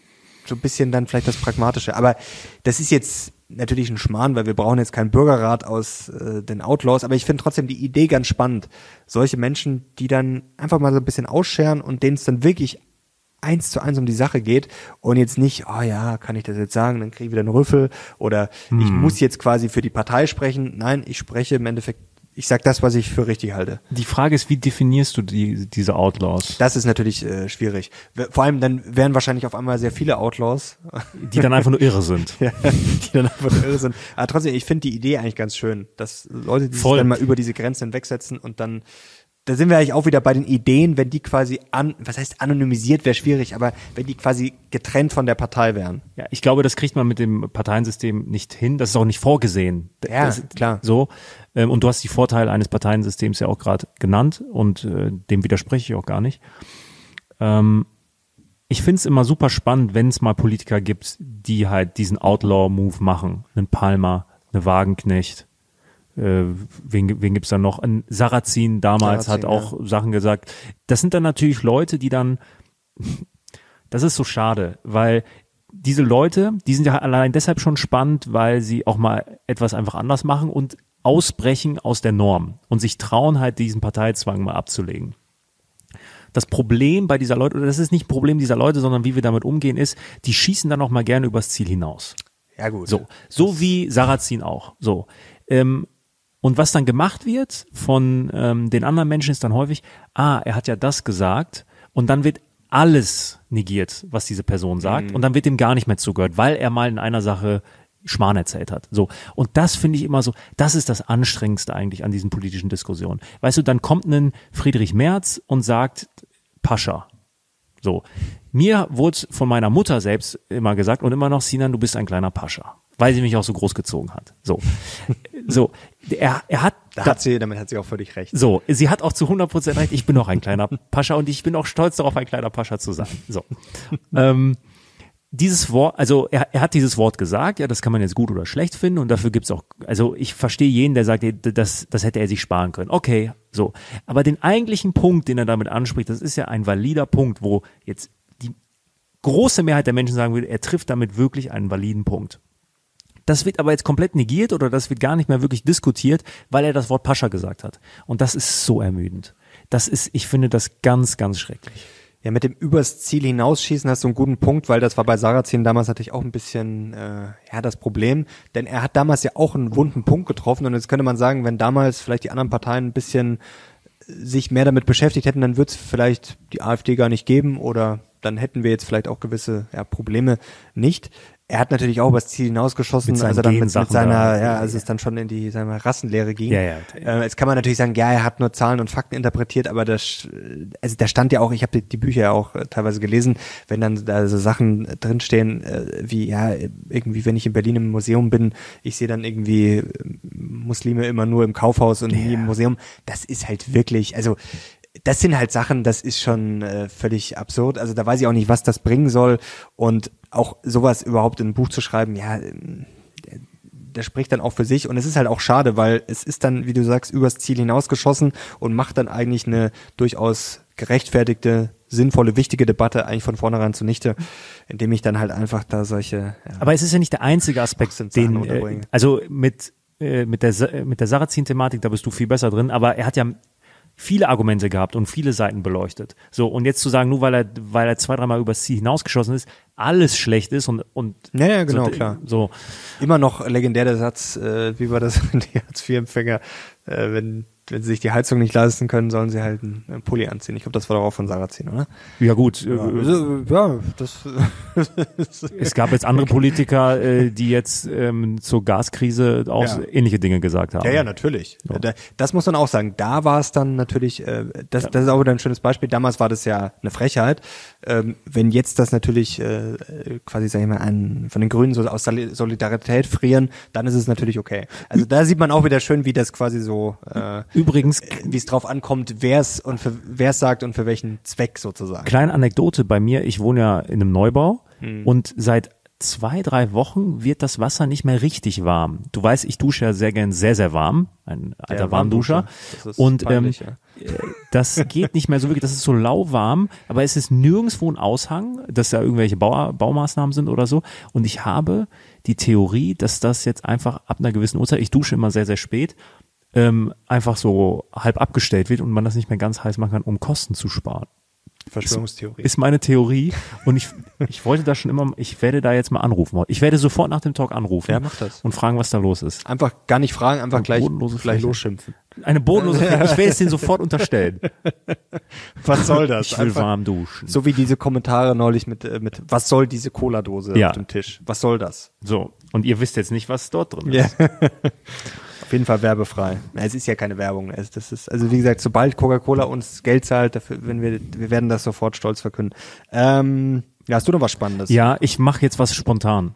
so ein bisschen dann vielleicht das Pragmatische. Aber das ist jetzt natürlich ein Schmarrn, weil wir brauchen jetzt keinen Bürgerrat aus äh, den Outlaws, aber ich finde trotzdem die Idee ganz spannend. Solche Menschen, die dann einfach mal so ein bisschen ausscheren und denen es dann wirklich eins zu eins um die Sache geht und jetzt nicht, oh ja, kann ich das jetzt sagen, dann kriege ich wieder einen Rüffel oder hm. ich muss jetzt quasi für die Partei sprechen. Nein, ich spreche im Endeffekt, ich sag das, was ich für richtig halte. Die Frage ist, wie definierst du die, diese Outlaws? Das ist natürlich äh, schwierig. Vor allem dann wären wahrscheinlich auf einmal sehr viele Outlaws. Die dann einfach nur irre sind. Ja, die dann einfach nur irre sind. Aber trotzdem, ich finde die Idee eigentlich ganz schön, dass Leute, die Voll. sich dann mal über diese Grenzen hinwegsetzen und dann, da sind wir eigentlich auch wieder bei den Ideen, wenn die quasi an, was heißt anonymisiert, wäre schwierig, aber wenn die quasi getrennt von der Partei wären. Ja, ich glaube, das kriegt man mit dem Parteiensystem nicht hin. Das ist auch nicht vorgesehen. Ja, das, klar. So. Und du hast die Vorteile eines Parteiensystems ja auch gerade genannt und äh, dem widerspreche ich auch gar nicht. Ähm, ich finde es immer super spannend, wenn es mal Politiker gibt, die halt diesen Outlaw-Move machen. Einen Palmer, eine Wagenknecht. Äh, wen, wen gibt's da noch? Ein Sarrazin damals Sarrazin, hat auch ja. Sachen gesagt. Das sind dann natürlich Leute, die dann, das ist so schade, weil diese Leute, die sind ja allein deshalb schon spannend, weil sie auch mal etwas einfach anders machen und ausbrechen aus der Norm und sich trauen halt diesen Parteizwang mal abzulegen. Das Problem bei dieser Leute, oder das ist nicht ein Problem dieser Leute, sondern wie wir damit umgehen ist, die schießen dann auch mal gerne übers Ziel hinaus. Ja gut. So, so wie Sarrazin auch. So. Ähm, und was dann gemacht wird von ähm, den anderen Menschen ist dann häufig, ah, er hat ja das gesagt und dann wird alles negiert, was diese Person sagt, mhm. und dann wird ihm gar nicht mehr zugehört, weil er mal in einer Sache Schmarrn erzählt hat. So. Und das finde ich immer so, das ist das Anstrengendste eigentlich an diesen politischen Diskussionen. Weißt du, dann kommt ein Friedrich Merz und sagt Pascha. So. Mir wurde von meiner Mutter selbst immer gesagt und immer noch, Sinan, du bist ein kleiner Pascha. Weil sie mich auch so groß gezogen hat. So. So. Er, er hat. Da hat sie, damit hat sie auch völlig recht. So. Sie hat auch zu hundert Prozent recht. Ich bin auch ein kleiner Pascha und ich bin auch stolz darauf, ein kleiner Pascha zu sein. So. ähm, Dieses Wort, also er, er hat dieses Wort gesagt, ja, das kann man jetzt gut oder schlecht finden und dafür gibt's auch, also ich verstehe jeden, der sagt, das, das hätte er sich sparen können. Okay, so. Aber den eigentlichen Punkt, den er damit anspricht, das ist ja ein valider Punkt, wo jetzt die große Mehrheit der Menschen sagen würde, er trifft damit wirklich einen validen Punkt. Das wird aber jetzt komplett negiert oder das wird gar nicht mehr wirklich diskutiert, weil er das Wort Pascha gesagt hat. Und das ist so ermüdend. Das ist, ich finde das ganz, ganz schrecklich. Ja, mit dem übers Ziel hinausschießen hast du einen guten Punkt, weil das war bei Sarrazin damals natürlich auch ein bisschen äh, ja das Problem, denn er hat damals ja auch einen wunden Punkt getroffen und jetzt könnte man sagen, wenn damals vielleicht die anderen Parteien ein bisschen sich mehr damit beschäftigt hätten, dann wird es vielleicht die AfD gar nicht geben oder dann hätten wir jetzt vielleicht auch gewisse ja, Probleme nicht. Er hat natürlich auch übers Ziel hinausgeschossen, mit als er dann mit, mit seiner, da, ja, als es dann schon in die sagen wir, Rassenlehre ging. Ja, ja. Äh, jetzt kann man natürlich sagen, ja, er hat nur Zahlen und Fakten interpretiert, aber das, also da stand ja auch, ich habe die, die Bücher ja auch äh, teilweise gelesen, wenn dann da so Sachen äh, drinstehen, äh, wie, ja, irgendwie, wenn ich in Berlin im Museum bin, ich sehe dann irgendwie äh, Muslime immer nur im Kaufhaus und ja. nie im Museum. Das ist halt wirklich, also das sind halt Sachen, das ist schon äh, völlig absurd. Also da weiß ich auch nicht, was das bringen soll. Und auch sowas überhaupt in ein Buch zu schreiben, ja, der spricht dann auch für sich. Und es ist halt auch schade, weil es ist dann, wie du sagst, übers Ziel hinausgeschossen und macht dann eigentlich eine durchaus gerechtfertigte, sinnvolle, wichtige Debatte eigentlich von vornherein zunichte, indem ich dann halt einfach da solche... Ja, aber es ist ja nicht der einzige Aspekt, den, äh, also mit, äh, mit der, mit der Sarrazin-Thematik, da bist du viel besser drin, aber er hat ja viele Argumente gehabt und viele Seiten beleuchtet. So, und jetzt zu sagen, nur weil er, weil er zwei, dreimal übers Ziel hinausgeschossen ist, alles schlecht ist und, und ja, ja, genau, so, klar. So. Immer noch legendär der Satz, äh, wie war das, die Hartz vier Empfänger, äh, wenn, wenn sie sich die Heizung nicht leisten können, sollen sie halt einen, einen Pulli anziehen. Ich glaube, das war doch auch von Sarrazin, oder? Ja, gut. Ja, also, ja das. Es gab jetzt andere Politiker, äh, die jetzt ähm, zur Gaskrise auch ja. ähnliche Dinge gesagt haben. Ja, ja, natürlich. So. Da, das muss man auch sagen. Da war es dann natürlich, äh, das, ja. das ist auch wieder ein schönes Beispiel. Damals war das ja eine Frechheit. Ähm, wenn jetzt das natürlich äh, quasi, sag ich mal, ein, von den Grünen so aus Solidarität frieren, dann ist es natürlich okay. Also da sieht man auch wieder schön, wie das quasi so äh, übrigens, äh, wie es drauf ankommt, wer es und für wer es sagt und für welchen Zweck sozusagen. Kleine Anekdote bei mir, ich wohne ja in einem Neubau hm. und seit zwei, drei Wochen wird das Wasser nicht mehr richtig warm. Du weißt, ich dusche ja sehr gern sehr, sehr warm. Ein alter Ja, Warmduscher. Das ist Und peinlich, ähm, ja. das geht nicht mehr so wirklich, das ist so lauwarm, aber es ist nirgendwo ein Aushang, dass da irgendwelche Bau, Baumaßnahmen sind oder so. Und ich habe die Theorie, dass das jetzt einfach ab einer gewissen Uhrzeit, ich dusche immer sehr, sehr spät, ähm, einfach so halb abgestellt wird und man das nicht mehr ganz heiß machen kann, um Kosten zu sparen. Verschwörungstheorie. Ist meine Theorie und ich, ich wollte da schon immer, ich werde da jetzt mal anrufen. Ich werde sofort nach dem Talk anrufen Ja, mach das. und fragen, was da los ist. Einfach gar nicht fragen, einfach gleich, bodenlose gleich Fläche. losschimpfen. Eine bodenlose Fläche. Ich werde es denen sofort unterstellen. Was soll das? Ich will Einfach, warm duschen. so wie diese Kommentare neulich mit, äh, mit was soll diese Cola-Dose Ja. auf dem Tisch? Was soll das? So, und ihr wisst jetzt nicht, was dort drin Ja. ist. Auf jeden Fall werbefrei. Es ist ja keine Werbung. Es, das ist, also wie gesagt, sobald Coca-Cola uns Geld zahlt, dafür, wenn wir, wir werden das sofort stolz verkünden. Ähm, ja, hast du noch was Spannendes? Ja, ich mache jetzt was spontan.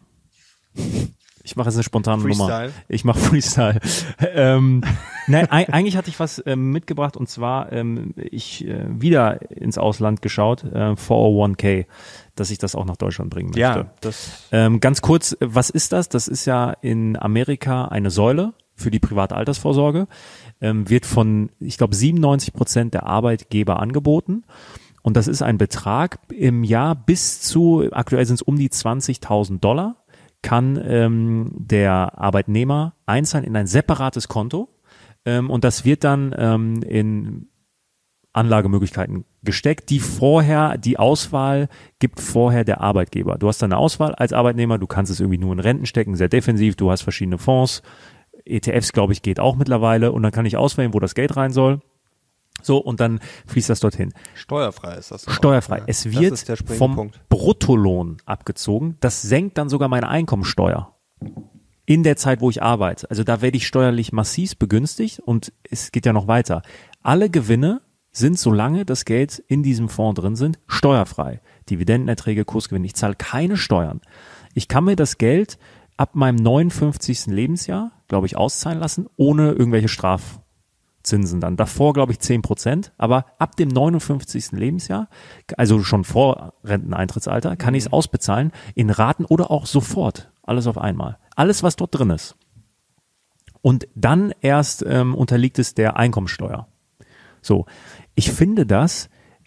Ich mache jetzt eine spontane Freestyle? Nummer. Ich mache Freestyle. ähm, nein, ei- eigentlich hatte ich was ähm, mitgebracht und zwar ähm, ich äh, wieder ins Ausland geschaut, äh, vier oh eins k, dass ich das auch nach Deutschland bringen möchte. Ja, das, Ähm, ganz kurz, was ist das? Das ist ja in Amerika eine Säule für die private Altersvorsorge, ähm, wird von, ich glaube, siebenundneunzig Prozent der Arbeitgeber angeboten. Und das ist ein Betrag im Jahr bis zu, aktuell sind es um die zwanzigtausend Dollar, kann ähm, der Arbeitnehmer einzahlen in ein separates Konto. Ähm, und das wird dann ähm, in Anlagemöglichkeiten gesteckt, die vorher, die Auswahl gibt vorher der Arbeitgeber. Du hast dann eine Auswahl als Arbeitnehmer, du kannst es irgendwie nur in Renten stecken, sehr defensiv, du hast verschiedene Fonds, E T Fs, glaube ich, geht auch mittlerweile und dann kann ich auswählen, wo das Geld rein soll. So, und dann fließt das dorthin. steuerfrei ist das. auch. Steuerfrei. Ja, Es das wird ist der springende vom Punkt. Bruttolohn abgezogen. Das senkt dann sogar meine Einkommensteuer in der Zeit, wo ich arbeite. Also da werde ich steuerlich massiv begünstigt und es geht ja noch weiter. Alle Gewinne sind, solange das Geld in diesem Fonds drin sind, steuerfrei. Dividendenerträge, Kursgewinne. Ich zahle keine Steuern. Ich kann mir das Geld ab meinem neunundfünfzigsten Lebensjahr, glaube ich, auszahlen lassen, ohne irgendwelche Strafzinsen dann. Davor, glaube ich, zehn Prozent, aber ab dem neunundfünfzigsten Lebensjahr, also schon vor Renteneintrittsalter, kann ich es ausbezahlen in Raten oder auch sofort. Alles auf einmal. Alles, was dort drin ist. Und dann erst ähm, unterliegt es der Einkommensteuer. So, ich finde das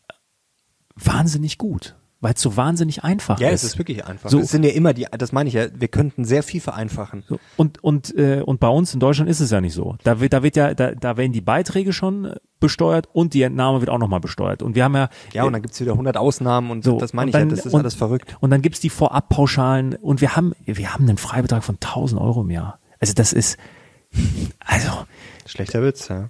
wahnsinnig gut, weil es so wahnsinnig einfach Ja, ist. es ist wirklich einfach. So. Es sind ja immer die, das meine ich ja, wir könnten sehr viel vereinfachen. So, und und äh, und bei uns in Deutschland ist es ja nicht so. Da wird da wird ja da, da werden die Beiträge schon besteuert und die Entnahme wird auch nochmal besteuert. Und wir haben ja Ja, und dann gibt's wieder hundert Ausnahmen und so, das meine und ich dann- ja, das ist und, alles verrückt. Und dann gibt's die Vorabpauschalen und wir haben wir haben einen Freibetrag von tausend Euro im Jahr. Also das ist also Schlechter Witz, ja.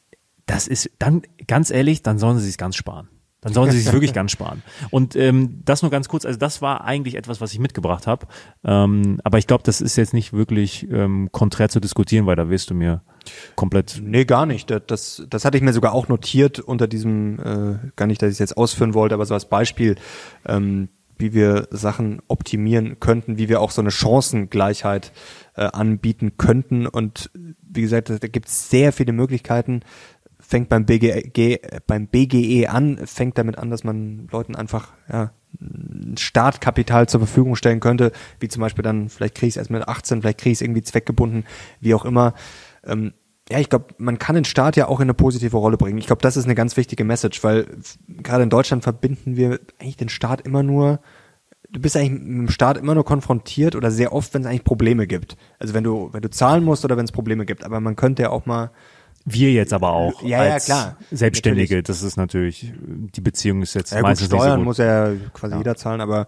das ist dann ganz ehrlich, dann sollen sie sich ganz sparen. Dann sollen sie sich wirklich ganz sparen. Und ähm, das nur ganz kurz, also das war eigentlich etwas, was ich mitgebracht habe. Ähm, aber ich glaube, das ist jetzt nicht wirklich ähm, konträr zu diskutieren, weil da wirst du mir komplett. Nee, gar nicht. Das, das, das hatte ich mir sogar auch notiert unter diesem, äh, gar nicht, dass ich es jetzt ausführen wollte, aber so als Beispiel, ähm, wie wir Sachen optimieren könnten, wie wir auch so eine Chancengleichheit äh, anbieten könnten. Und wie gesagt, da, da gibt es sehr viele Möglichkeiten. Fängt beim B G G, beim B G E an, fängt damit an, dass man Leuten einfach ja, ein Startkapital zur Verfügung stellen könnte, wie zum Beispiel dann, vielleicht kriege ich es erst mit achtzehn, vielleicht kriege ich es irgendwie zweckgebunden, wie auch immer. Ähm, ja, ich glaube, man kann den Staat ja auch in eine positive Rolle bringen. Ich glaube, das ist eine ganz wichtige Message, weil f- gerade in Deutschland verbinden wir eigentlich den Staat immer nur, du bist eigentlich mit dem Staat immer nur konfrontiert oder sehr oft, wenn es eigentlich Probleme gibt. Also wenn du, wenn du zahlen musst oder wenn es Probleme gibt. Aber man könnte ja auch mal Wir jetzt aber auch Ja, ja, als klar. Selbstständige, Natürlich. das ist natürlich, die Beziehung ist jetzt Ja gut, meistens Steuern nicht so gut. muss ja quasi Ja. jeder zahlen, aber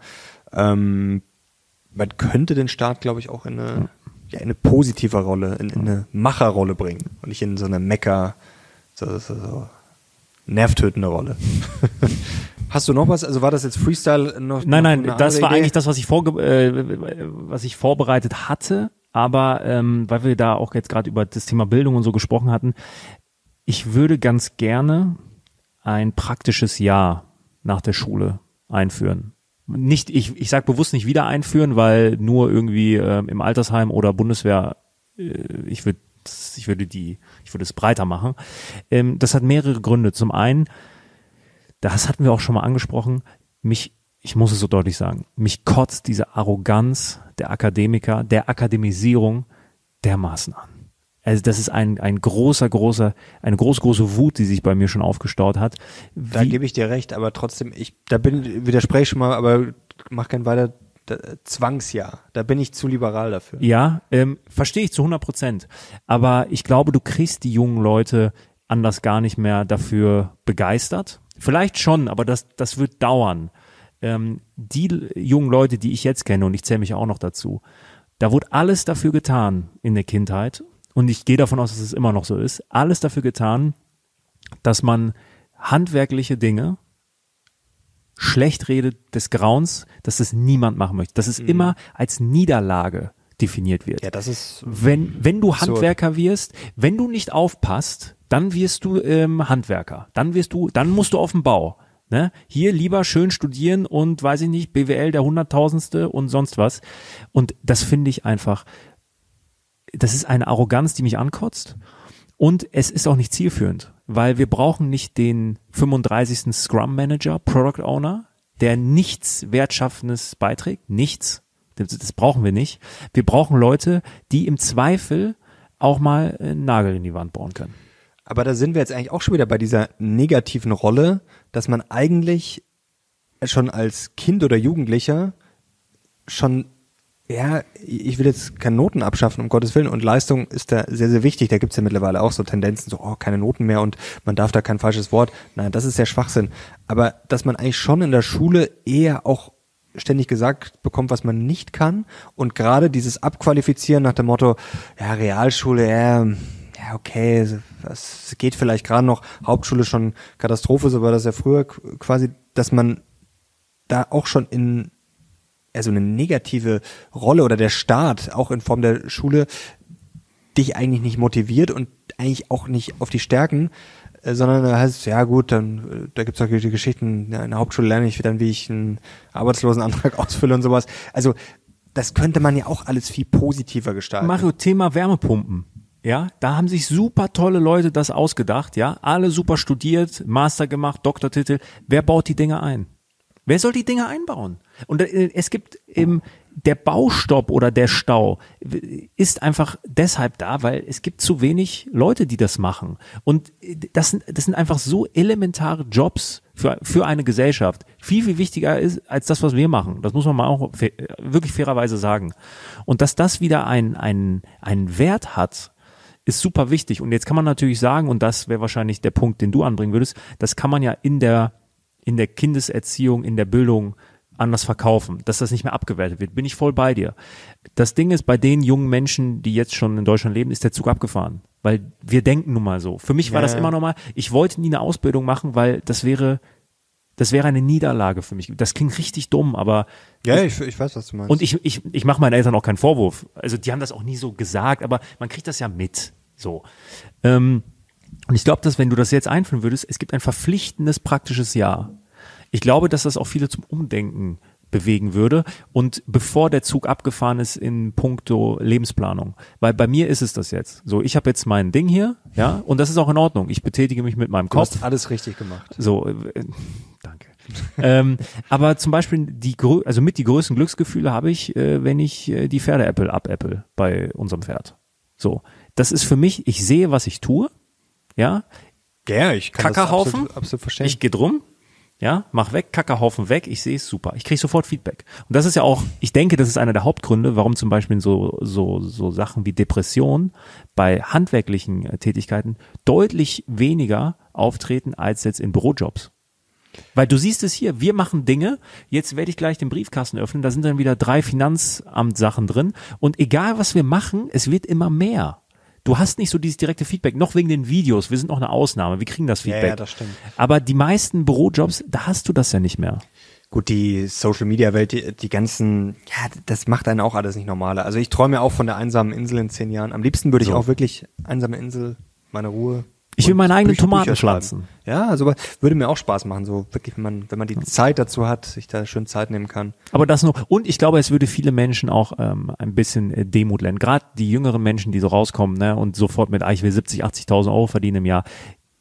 ähm, man könnte den Staat, glaube ich, auch in eine, ja, in eine positive Rolle, in, in eine Macherrolle bringen und nicht in so eine Mecker, so, so, so nervtötende Rolle. Hast du noch was? Also war das jetzt Freestyle noch? Nein, noch nein, eine das andere war Idee? eigentlich das, was ich vorge äh, was ich vorbereitet hatte, aber ähm, weil wir da auch jetzt gerade über das Thema Bildung und so gesprochen hatten, ich würde ganz gerne ein praktisches Jahr nach der Schule einführen. Nicht, ich, ich sage bewusst nicht wieder einführen, weil nur irgendwie ähm, im Altersheim oder Bundeswehr, äh, ich würde ich würde die, ich würde es breiter machen. Ähm, das hat mehrere Gründe. Zum einen, das hatten wir auch schon mal angesprochen, mich ich muss es so deutlich sagen, mich kotzt diese Arroganz der Akademiker, der Akademisierung dermaßen an. Also das ist ein, ein großer, großer, eine große, große Wut, die sich bei mir schon aufgestaut hat. Wie, da gebe ich dir recht, aber trotzdem, ich, da bin, widerspreche ich schon mal, aber mach kein weiter, da, Zwangsjahr. Da bin ich zu liberal dafür. Ja, ähm, verstehe ich zu hundert Prozent. Aber ich glaube, du kriegst die jungen Leute anders gar nicht mehr dafür begeistert. Vielleicht schon, aber das, das wird dauern. Ähm, die jungen Leute, die ich jetzt kenne, und ich zähle mich auch noch dazu, da wurde alles dafür getan in der Kindheit, und ich gehe davon aus, dass es immer noch so ist, alles dafür getan, dass man handwerkliche Dinge schlecht redet des Grauens, dass das niemand machen möchte, dass es mhm. immer als Niederlage definiert wird. Ja, das ist wenn wenn du absurd. Handwerker wirst, wenn du nicht aufpasst, dann wirst du ähm, Handwerker, dann wirst du, dann musst du auf den Bau. Ne? Hier lieber schön studieren und, weiß ich nicht, B W L der Hunderttausendste und sonst was. Und das finde ich einfach, das ist eine Arroganz, die mich ankotzt. Und es ist auch nicht zielführend, weil wir brauchen nicht den fünfunddreißigsten Scrum Manager, Product Owner, der nichts Wertschaffendes beiträgt, nichts. Das, das brauchen wir nicht. Wir brauchen Leute, die im Zweifel auch mal einen Nagel in die Wand bohren können. Aber da sind wir jetzt eigentlich auch schon wieder bei dieser negativen Rolle, dass man eigentlich schon als Kind oder Jugendlicher schon, ja, ich will jetzt keine Noten abschaffen, um Gottes Willen, und Leistung ist da sehr, sehr wichtig. Da gibt's ja mittlerweile auch so Tendenzen, so, oh, keine Noten mehr und man darf da kein falsches Wort. Nein, das ist ja Schwachsinn. Aber dass man eigentlich schon in der Schule eher auch ständig gesagt bekommt, was man nicht kann, und gerade dieses Abqualifizieren nach dem Motto, ja, Realschule, ja, ja, okay, es geht vielleicht gerade noch, Hauptschule schon Katastrophe, so war das ja früher quasi, dass man da auch schon in, also eine negative Rolle oder der Staat, auch in Form der Schule, dich eigentlich nicht motiviert und eigentlich auch nicht auf die Stärken, äh, sondern da heißt es, ja gut, dann, da gibt's auch die Geschichten, ja, in der Hauptschule lerne ich dann, wie ich einen Arbeitslosenantrag ausfülle und sowas. Also, das könnte man ja auch alles viel positiver gestalten. Mario, Thema Wärmepumpen. Ja, da haben sich super tolle Leute das ausgedacht, ja, alle super studiert, Master gemacht, Doktortitel. Wer baut die Dinge ein? Wer soll die Dinge einbauen? Und äh, es gibt eben, der Baustopp oder der Stau ist einfach deshalb da, weil es gibt zu wenig Leute, die das machen. Und das sind, das sind einfach so elementare Jobs für, für eine Gesellschaft. Viel, viel wichtiger ist als das, was wir machen. Das muss man mal auch fa- wirklich fairerweise sagen. Und dass das wieder ein, ein, einen Wert hat, ist super wichtig. Und jetzt kann man natürlich sagen, und das wäre wahrscheinlich der Punkt, den du anbringen würdest, das kann man ja in der, in der Kindeserziehung, in der Bildung anders verkaufen, dass das nicht mehr abgewertet wird. Bin ich voll bei dir. Das Ding ist, bei den jungen Menschen, die jetzt schon in Deutschland leben, ist der Zug abgefahren. Weil wir denken nun mal so. Für mich war ja, das immer noch mal, ich wollte nie eine Ausbildung machen, weil das wäre, das wäre eine Niederlage für mich. Das klingt richtig dumm, aber ja, ich, ich weiß, was du meinst. Und ich, ich, ich mache meinen Eltern auch keinen Vorwurf. Also die haben das auch nie so gesagt, aber man kriegt das ja mit. So. Ähm, und ich glaube, dass wenn du das jetzt einführen würdest, es gibt ein verpflichtendes praktisches Jahr. Ich glaube, dass das auch viele zum Umdenken bewegen würde. Und bevor der Zug abgefahren ist in puncto Lebensplanung. Weil bei mir ist es das jetzt. So, ich habe jetzt mein Ding hier, ja, und das ist auch in Ordnung. Ich betätige mich mit meinem du Kopf. hast alles richtig gemacht. So, äh, danke. ähm, aber zum Beispiel die, grö- also mit die größten Glücksgefühle habe ich, äh, wenn ich äh, die Pferdeäppel abäppel bei unserem Pferd. So, das ist für mich, ich sehe, was ich tue, ja. Ja, ich kann Kackerhaufen, das absolut, absolut verstehen. ich gehe drum, ja, mach weg, Kackerhaufen weg, ich sehe es super. Ich kriege sofort Feedback. Und das ist ja auch, ich denke, das ist einer der Hauptgründe, warum zum Beispiel so, so, so Sachen wie Depression bei handwerklichen äh, Tätigkeiten deutlich weniger auftreten als jetzt in Bürojobs. Weil du siehst es hier, wir machen Dinge, jetzt werde ich gleich den Briefkasten öffnen, da sind dann wieder drei Finanzamtsachen drin und egal was wir machen, es wird immer mehr. Du hast nicht so dieses direkte Feedback, noch wegen den Videos, wir sind noch eine Ausnahme, wir kriegen das Feedback. Ja, ja, das stimmt. Aber die meisten Bürojobs, da hast du das ja nicht mehr. Gut, die Social-Media-Welt, die, die ganzen, ja, das macht einen auch alles nicht normaler. Also ich träume ja auch von der einsamen Insel in zehn Jahren. Am liebsten würde ich So. auch wirklich einsame Insel, meine Ruhe. Ich will und meine eigenen Bücher- Tomaten Bücher schreiben. pflanzen. Ja, also würde mir auch Spaß machen, so wirklich, wenn man, wenn man die Zeit dazu hat, sich da schön Zeit nehmen kann. Aber das nur, und ich glaube, es würde viele Menschen auch ähm, ein bisschen äh, Demut lernen. Gerade die jüngeren Menschen, die so rauskommen, ne, und sofort mit, ah, ich will siebzig, achtzigtausend Euro verdienen im Jahr.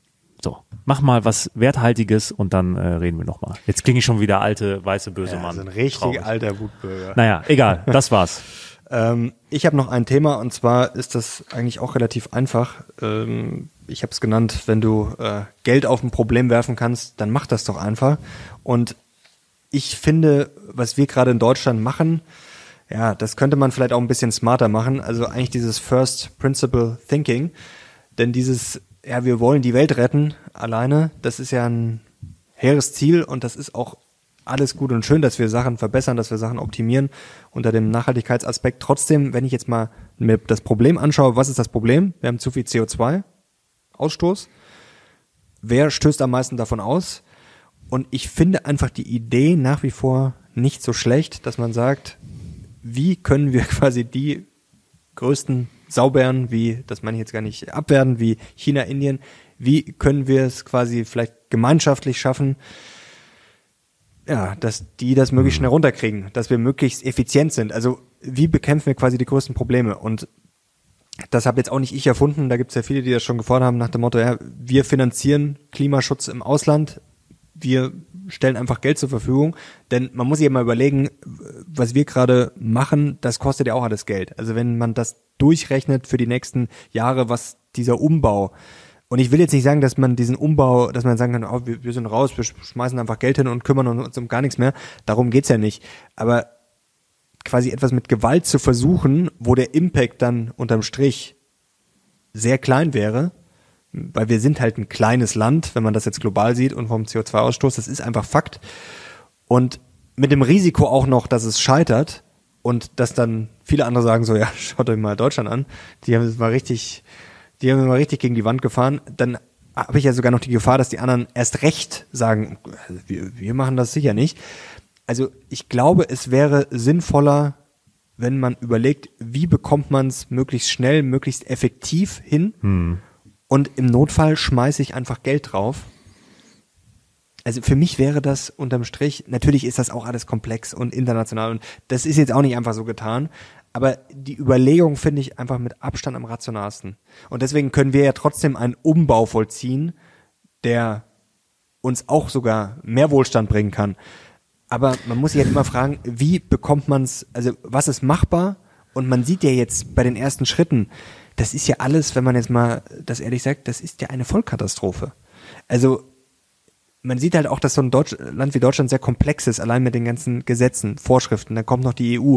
So, mach mal was Werthaltiges und dann äh, reden wir nochmal. Jetzt klinge ich schon wieder alte, weiße, böse Ja, Mann. so ein richtig Traurig. alter Wutbürger. Naja, egal, das war's. Ähm, ich habe noch ein Thema und zwar ist das eigentlich auch relativ einfach. Ähm, ich habe es genannt, wenn du äh, Geld auf ein Problem werfen kannst, dann mach das doch einfach. Und ich finde, was wir gerade in Deutschland machen, ja, das könnte man vielleicht auch ein bisschen smarter machen. Also eigentlich dieses First Principle Thinking. Denn dieses, ja, wir wollen die Welt retten alleine, das ist ja ein hehres Ziel und das ist auch alles gut und schön, dass wir Sachen verbessern, dass wir Sachen optimieren unter dem Nachhaltigkeitsaspekt. Trotzdem, wenn ich jetzt mal mir das Problem anschaue, was ist das Problem? Wir haben zu viel C O zwei Ausstoß. Wer stößt am meisten davon aus? Und ich finde einfach die Idee nach wie vor nicht so schlecht, dass man sagt, wie können wir quasi die größten Saubären, wie, das meine ich jetzt gar nicht abwerten, wie China, Indien, wie können wir es quasi vielleicht gemeinschaftlich schaffen, ja, dass die das möglichst schnell runterkriegen, dass wir möglichst effizient sind. Also wie bekämpfen wir quasi die größten Probleme? Und das habe jetzt auch nicht ich erfunden, da gibt es ja viele, die das schon gefordert haben nach dem Motto, ja, wir finanzieren Klimaschutz im Ausland, wir stellen einfach Geld zur Verfügung, denn man muss sich ja mal überlegen, was wir gerade machen, das kostet ja auch alles Geld. Also wenn man das durchrechnet für die nächsten Jahre, was dieser Umbau, und ich will jetzt nicht sagen, dass man diesen Umbau, dass man sagen kann, oh, wir, wir sind raus, wir schmeißen einfach Geld hin und kümmern uns um gar nichts mehr, darum geht's ja nicht. Aber quasi etwas mit Gewalt zu versuchen, wo der Impact dann unterm Strich sehr klein wäre, weil wir sind halt ein kleines Land, wenn man das jetzt global sieht und vom C O zwei Ausstoß, das ist einfach Fakt. Und mit dem Risiko auch noch, dass es scheitert und dass dann viele andere sagen so, ja, schaut euch mal Deutschland an, die haben es mal richtig, die haben es mal richtig gegen die Wand gefahren, dann habe ich ja sogar noch die Gefahr, dass die anderen erst recht sagen, wir, wir machen das sicher nicht. Also ich glaube, es wäre sinnvoller, wenn man überlegt, wie bekommt man es möglichst schnell, möglichst effektiv hin, hm. Und im Notfall schmeiße ich einfach Geld drauf. Also für mich wäre das unterm Strich, natürlich ist das auch alles komplex und international und das ist jetzt auch nicht einfach so getan, aber die Überlegung finde ich einfach mit Abstand am rationalsten. Und deswegen können wir ja trotzdem einen Umbau vollziehen, der uns auch sogar mehr Wohlstand bringen kann. Aber man muss sich halt immer fragen, wie bekommt man es, also was ist machbar? Und man sieht ja jetzt bei den ersten Schritten, das ist ja alles, wenn man jetzt mal das ehrlich sagt, das ist ja eine Vollkatastrophe. Also man sieht halt auch, dass so ein Deutsch, Land wie Deutschland sehr komplex ist, allein mit den ganzen Gesetzen, Vorschriften, dann kommt noch die E U.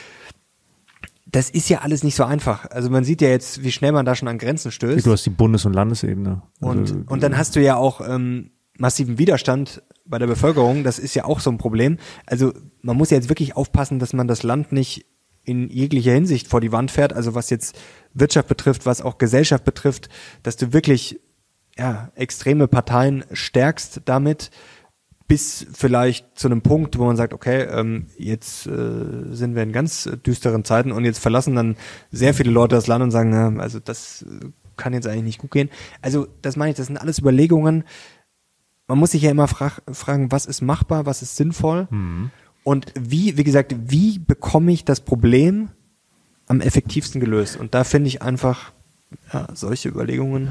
Das ist ja alles nicht so einfach. Also man sieht ja jetzt, wie schnell man da schon an Grenzen stößt. Du hast die Bundes- und Landesebene. Und, also, und dann hast du ja auch ähm, massiven Widerstand bei der Bevölkerung. Das ist ja auch so ein Problem. Also man muss ja jetzt wirklich aufpassen, dass man das Land nicht in jeglicher Hinsicht vor die Wand fährt, also was jetzt Wirtschaft betrifft, was auch Gesellschaft betrifft, dass du wirklich ja extreme Parteien stärkst damit, bis vielleicht zu einem Punkt, wo man sagt, okay, ähm, jetzt äh, sind wir in ganz düsteren Zeiten und jetzt verlassen dann sehr viele Leute das Land und sagen, na, also das kann jetzt eigentlich nicht gut gehen. Also das meine ich, das sind alles Überlegungen. Man muss sich ja immer fra- fragen, was ist machbar, was ist sinnvoll. Mhm. Und wie, wie gesagt, wie bekomme ich das Problem am effektivsten gelöst? Und da finde ich einfach ja, solche Überlegungen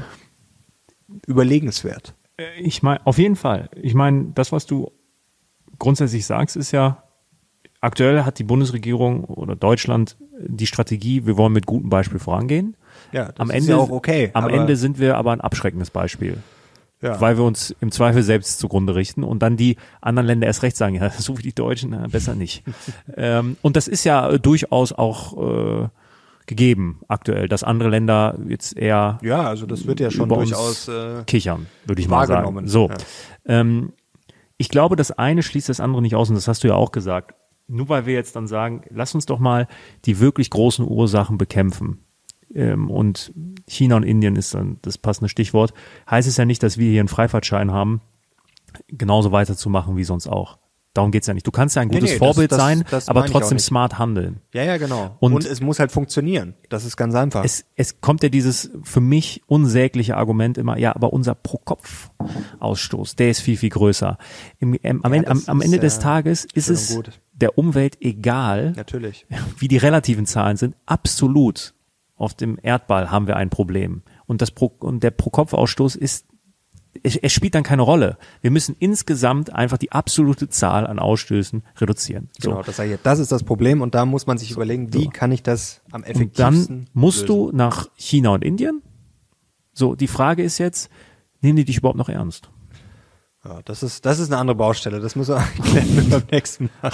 überlegenswert. Ich meine, auf jeden Fall. Ich meine, das, was du grundsätzlich sagst, ist ja, aktuell hat die Bundesregierung oder Deutschland die Strategie, wir wollen mit gutem Beispiel vorangehen. Ja, das am ist Ende, ja auch okay. Am Ende sind wir aber ein abschreckendes Beispiel. Ja. Weil wir uns im Zweifel selbst zugrunde richten und dann die anderen Länder erst recht sagen, ja, so wie die Deutschen, na, besser nicht. ähm, und das ist ja durchaus auch äh, gegeben aktuell, dass andere Länder jetzt eher ja, also das wird ja schon durchaus äh, kichern, würde ich mal sagen. So, ja. ähm, ich glaube, das eine schließt das andere nicht aus und das hast du ja auch gesagt. Nur weil wir jetzt dann sagen, lass uns doch mal die wirklich großen Ursachen bekämpfen. Ähm, und China und Indien ist dann das passende Stichwort, heißt es ja nicht, dass wir hier einen Freifahrtschein haben, genauso weiterzumachen wie sonst auch. Darum geht's ja nicht. Du kannst ja ein gutes nee, nee, das, Vorbild das, sein, das aber trotzdem smart handeln. Ja, ja, genau. Und, und es muss halt funktionieren. Das ist ganz einfach. Es, es kommt ja dieses für mich unsägliche Argument immer, ja, aber unser Pro-Kopf-Ausstoß, der ist viel, viel größer. Im, ähm, am, ja, Ende, am, am Ende des Tages ist es gut. Der Umwelt egal, natürlich, wie die relativen Zahlen sind. Absolut. Auf dem Erdball haben wir ein Problem. Und das Pro, und der Pro-Kopf-Ausstoß ist es, es spielt dann keine Rolle. Wir müssen insgesamt einfach die absolute Zahl an Ausstößen reduzieren. So. Genau, das, sage ich, das ist das Problem und da muss man sich überlegen, wie so. kann ich das am Und effektivsten dann musst lösen. du nach China und Indien. So, die Frage ist jetzt, nehmen die dich überhaupt noch ernst? Ja, das ist, das ist eine andere Baustelle. Das müssen wir erklären beim nächsten Mal.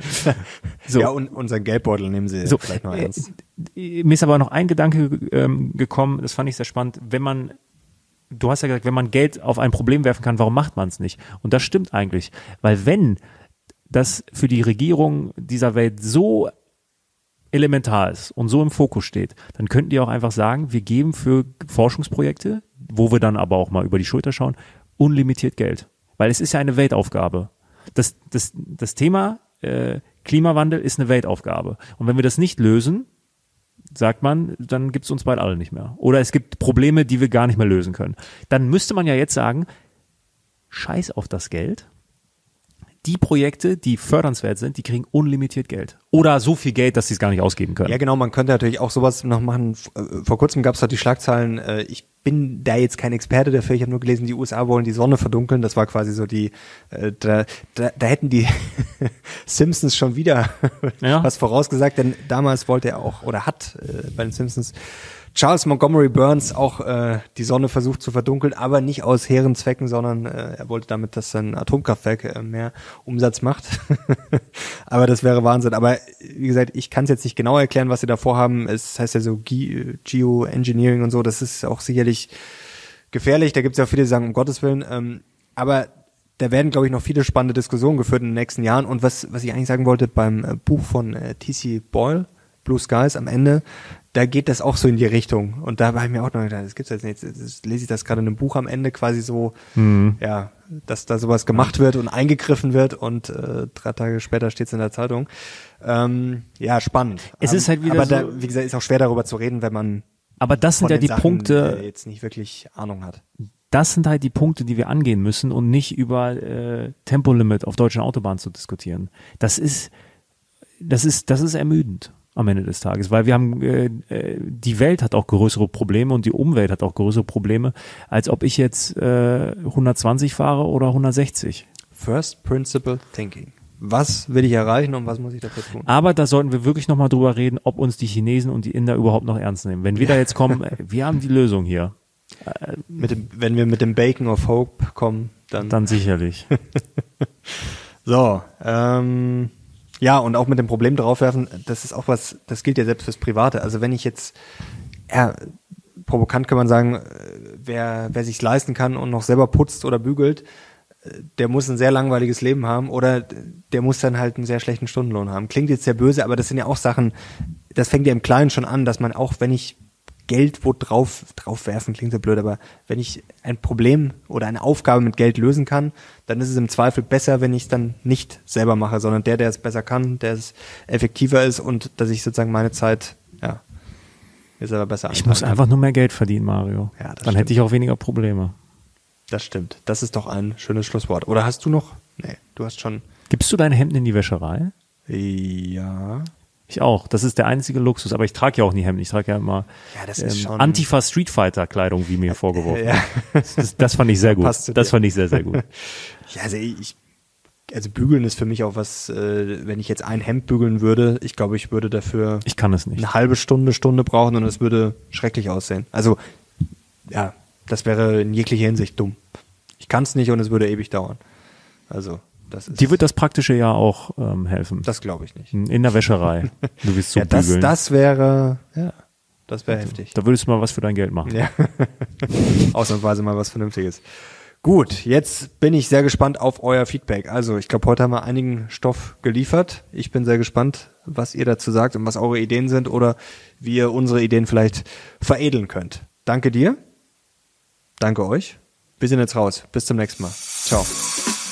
So. Ja, und unseren Geldbeutel nehmen Sie So, vielleicht noch ernst. Äh, mir ist aber noch ein Gedanke ähm, gekommen, das fand ich sehr spannend. Wenn man, du hast ja gesagt, wenn man Geld auf ein Problem werfen kann, warum macht man es nicht? Und das stimmt eigentlich. Weil wenn das für die Regierung dieser Welt so elementar ist und so im Fokus steht, dann könnten die auch einfach sagen, wir geben für Forschungsprojekte, wo wir dann aber auch mal über die Schulter schauen, unlimitiert Geld. Weil es ist ja eine Weltaufgabe. Das, das, das Thema äh, Klimawandel ist eine Weltaufgabe. Und wenn wir das nicht lösen, sagt man, dann gibt es uns bald alle nicht mehr. Oder es gibt Probleme, die wir gar nicht mehr lösen können. Dann müsste man ja jetzt sagen, scheiß auf das Geld. Die Projekte, die fördernswert sind, die kriegen unlimitiert Geld. Oder so viel Geld, dass sie es gar nicht ausgeben können. Ja, genau, man könnte natürlich auch sowas noch machen. Vor kurzem gab es halt die Schlagzeilen, äh, ich bin da jetzt kein Experte dafür, ich habe nur gelesen, die U S A wollen die Sonne verdunkeln. Das war quasi so die, äh, da, da, da hätten die Simpsons schon wieder Ja. was vorausgesagt, denn damals wollte er auch, oder hat äh, bei den Simpsons Charles Montgomery Burns auch äh, die Sonne versucht zu verdunkeln, aber nicht aus hehren Zwecken, sondern äh, er wollte damit, dass sein Atomkraftwerk äh, mehr Umsatz macht. Aber das wäre Wahnsinn. Aber wie gesagt, ich kann es jetzt nicht genau erklären, was sie da vorhaben. Es heißt ja so Ge- Geoengineering und so, das ist auch sicherlich gefährlich. Da gibt es ja viele, die sagen, um Gottes Willen. Ähm, aber da werden, glaube ich, noch viele spannende Diskussionen geführt in den nächsten Jahren. Und was, was ich eigentlich sagen wollte beim äh, Buch von äh, T C Boyle, Blue Skies, am Ende, da geht das auch so in die Richtung. Und da habe ich mir auch noch gedacht, das gibt's jetzt nicht. Jetzt, jetzt lese ich das gerade in einem Buch am Ende quasi so, Mhm. ja, dass da sowas gemacht wird und eingegriffen wird und äh, drei Tage später steht's in der Zeitung. Ähm, ja, spannend. Es ist halt wieder Aber so- da, wie gesagt, ist auch schwer darüber zu reden, wenn man Aber das sind von ja den die Sachen, Punkte, äh, jetzt nicht wirklich Ahnung hat. das sind halt die Punkte, die wir angehen müssen und nicht über äh, Tempolimit auf deutschen Autobahnen zu diskutieren. Das ist, das ist, das ist ermüdend am Ende des Tages, weil wir haben, äh, äh, die Welt hat auch größere Probleme und die Umwelt hat auch größere Probleme, als ob ich jetzt äh, hundertzwanzig fahre oder hundertsechzig. First Principle Thinking. Was will ich erreichen und was muss ich dafür tun? Aber da sollten wir wirklich nochmal drüber reden, ob uns die Chinesen und die Inder überhaupt noch ernst nehmen. Wenn wir da jetzt kommen, äh, wir haben die Lösung hier. Mit dem, wenn wir mit dem Bacon of Hope kommen, dann. Dann sicherlich. So, ähm, ja, und auch mit dem Problem draufwerfen, das ist auch was, das gilt ja selbst fürs Private. Also wenn ich jetzt, ja, provokant kann man sagen, äh, wer, wer sich's leisten kann und noch selber putzt oder bügelt, äh, der muss ein sehr langweiliges Leben haben oder der muss dann halt einen sehr schlechten Stundenlohn haben. Klingt jetzt sehr böse, aber das sind ja auch Sachen, das fängt ja im Kleinen schon an, dass man auch, wenn ich Geld wo drauf, drauf werfen, klingt so blöd, aber wenn ich ein Problem oder eine Aufgabe mit Geld lösen kann, dann ist es im Zweifel besser, wenn ich es dann nicht selber mache, sondern der, der es besser kann, der es effektiver ist und dass ich sozusagen meine Zeit, ja, mir selber besser Ich muss einteilen einfach nur mehr Geld verdienen, Mario. Ja, das Dann stimmt. hätte ich auch weniger Probleme. kann. Das stimmt. Das ist doch ein schönes Schlusswort. Oder hast du noch? Nee, du hast schon. Gibst du deine Hemden in die Wäscherei? Ja. Ich auch. Das ist der einzige Luxus. Aber ich trage ja auch nie Hemden. Ich trage ja immer Ja, das ist schon- Antifa Street Fighter Kleidung, wie mir vorgeworfen Ja. wird. Das, das fand ich sehr gut. Passt zu Das dir. fand ich sehr, sehr gut. Ja, also ich, also bügeln ist für mich auch was, äh, wenn ich jetzt ein Hemd bügeln würde, ich glaube, ich würde dafür Ich kann es nicht. eine halbe Stunde, Stunde brauchen und es würde schrecklich aussehen. Also, ja, das wäre in jeglicher Hinsicht dumm. Ich kann es nicht und es würde ewig dauern. Also, das ist, Dir wird das Praktische ja auch ähm, helfen. das glaube ich nicht. In der Wäscherei. Du wirst so Ja, das, bügeln. das wäre, ja, das wäre heftig. Da würdest du mal was für dein Geld machen. Ja. Ausnahmsweise mal was Vernünftiges. Gut, jetzt bin ich sehr gespannt auf euer Feedback. Also, ich glaube, heute haben wir einigen Stoff geliefert. Ich bin sehr gespannt, was ihr dazu sagt und was eure Ideen sind oder wie ihr unsere Ideen vielleicht veredeln könnt. Danke dir. Danke euch. Wir sind jetzt raus. Bis zum nächsten Mal. Ciao.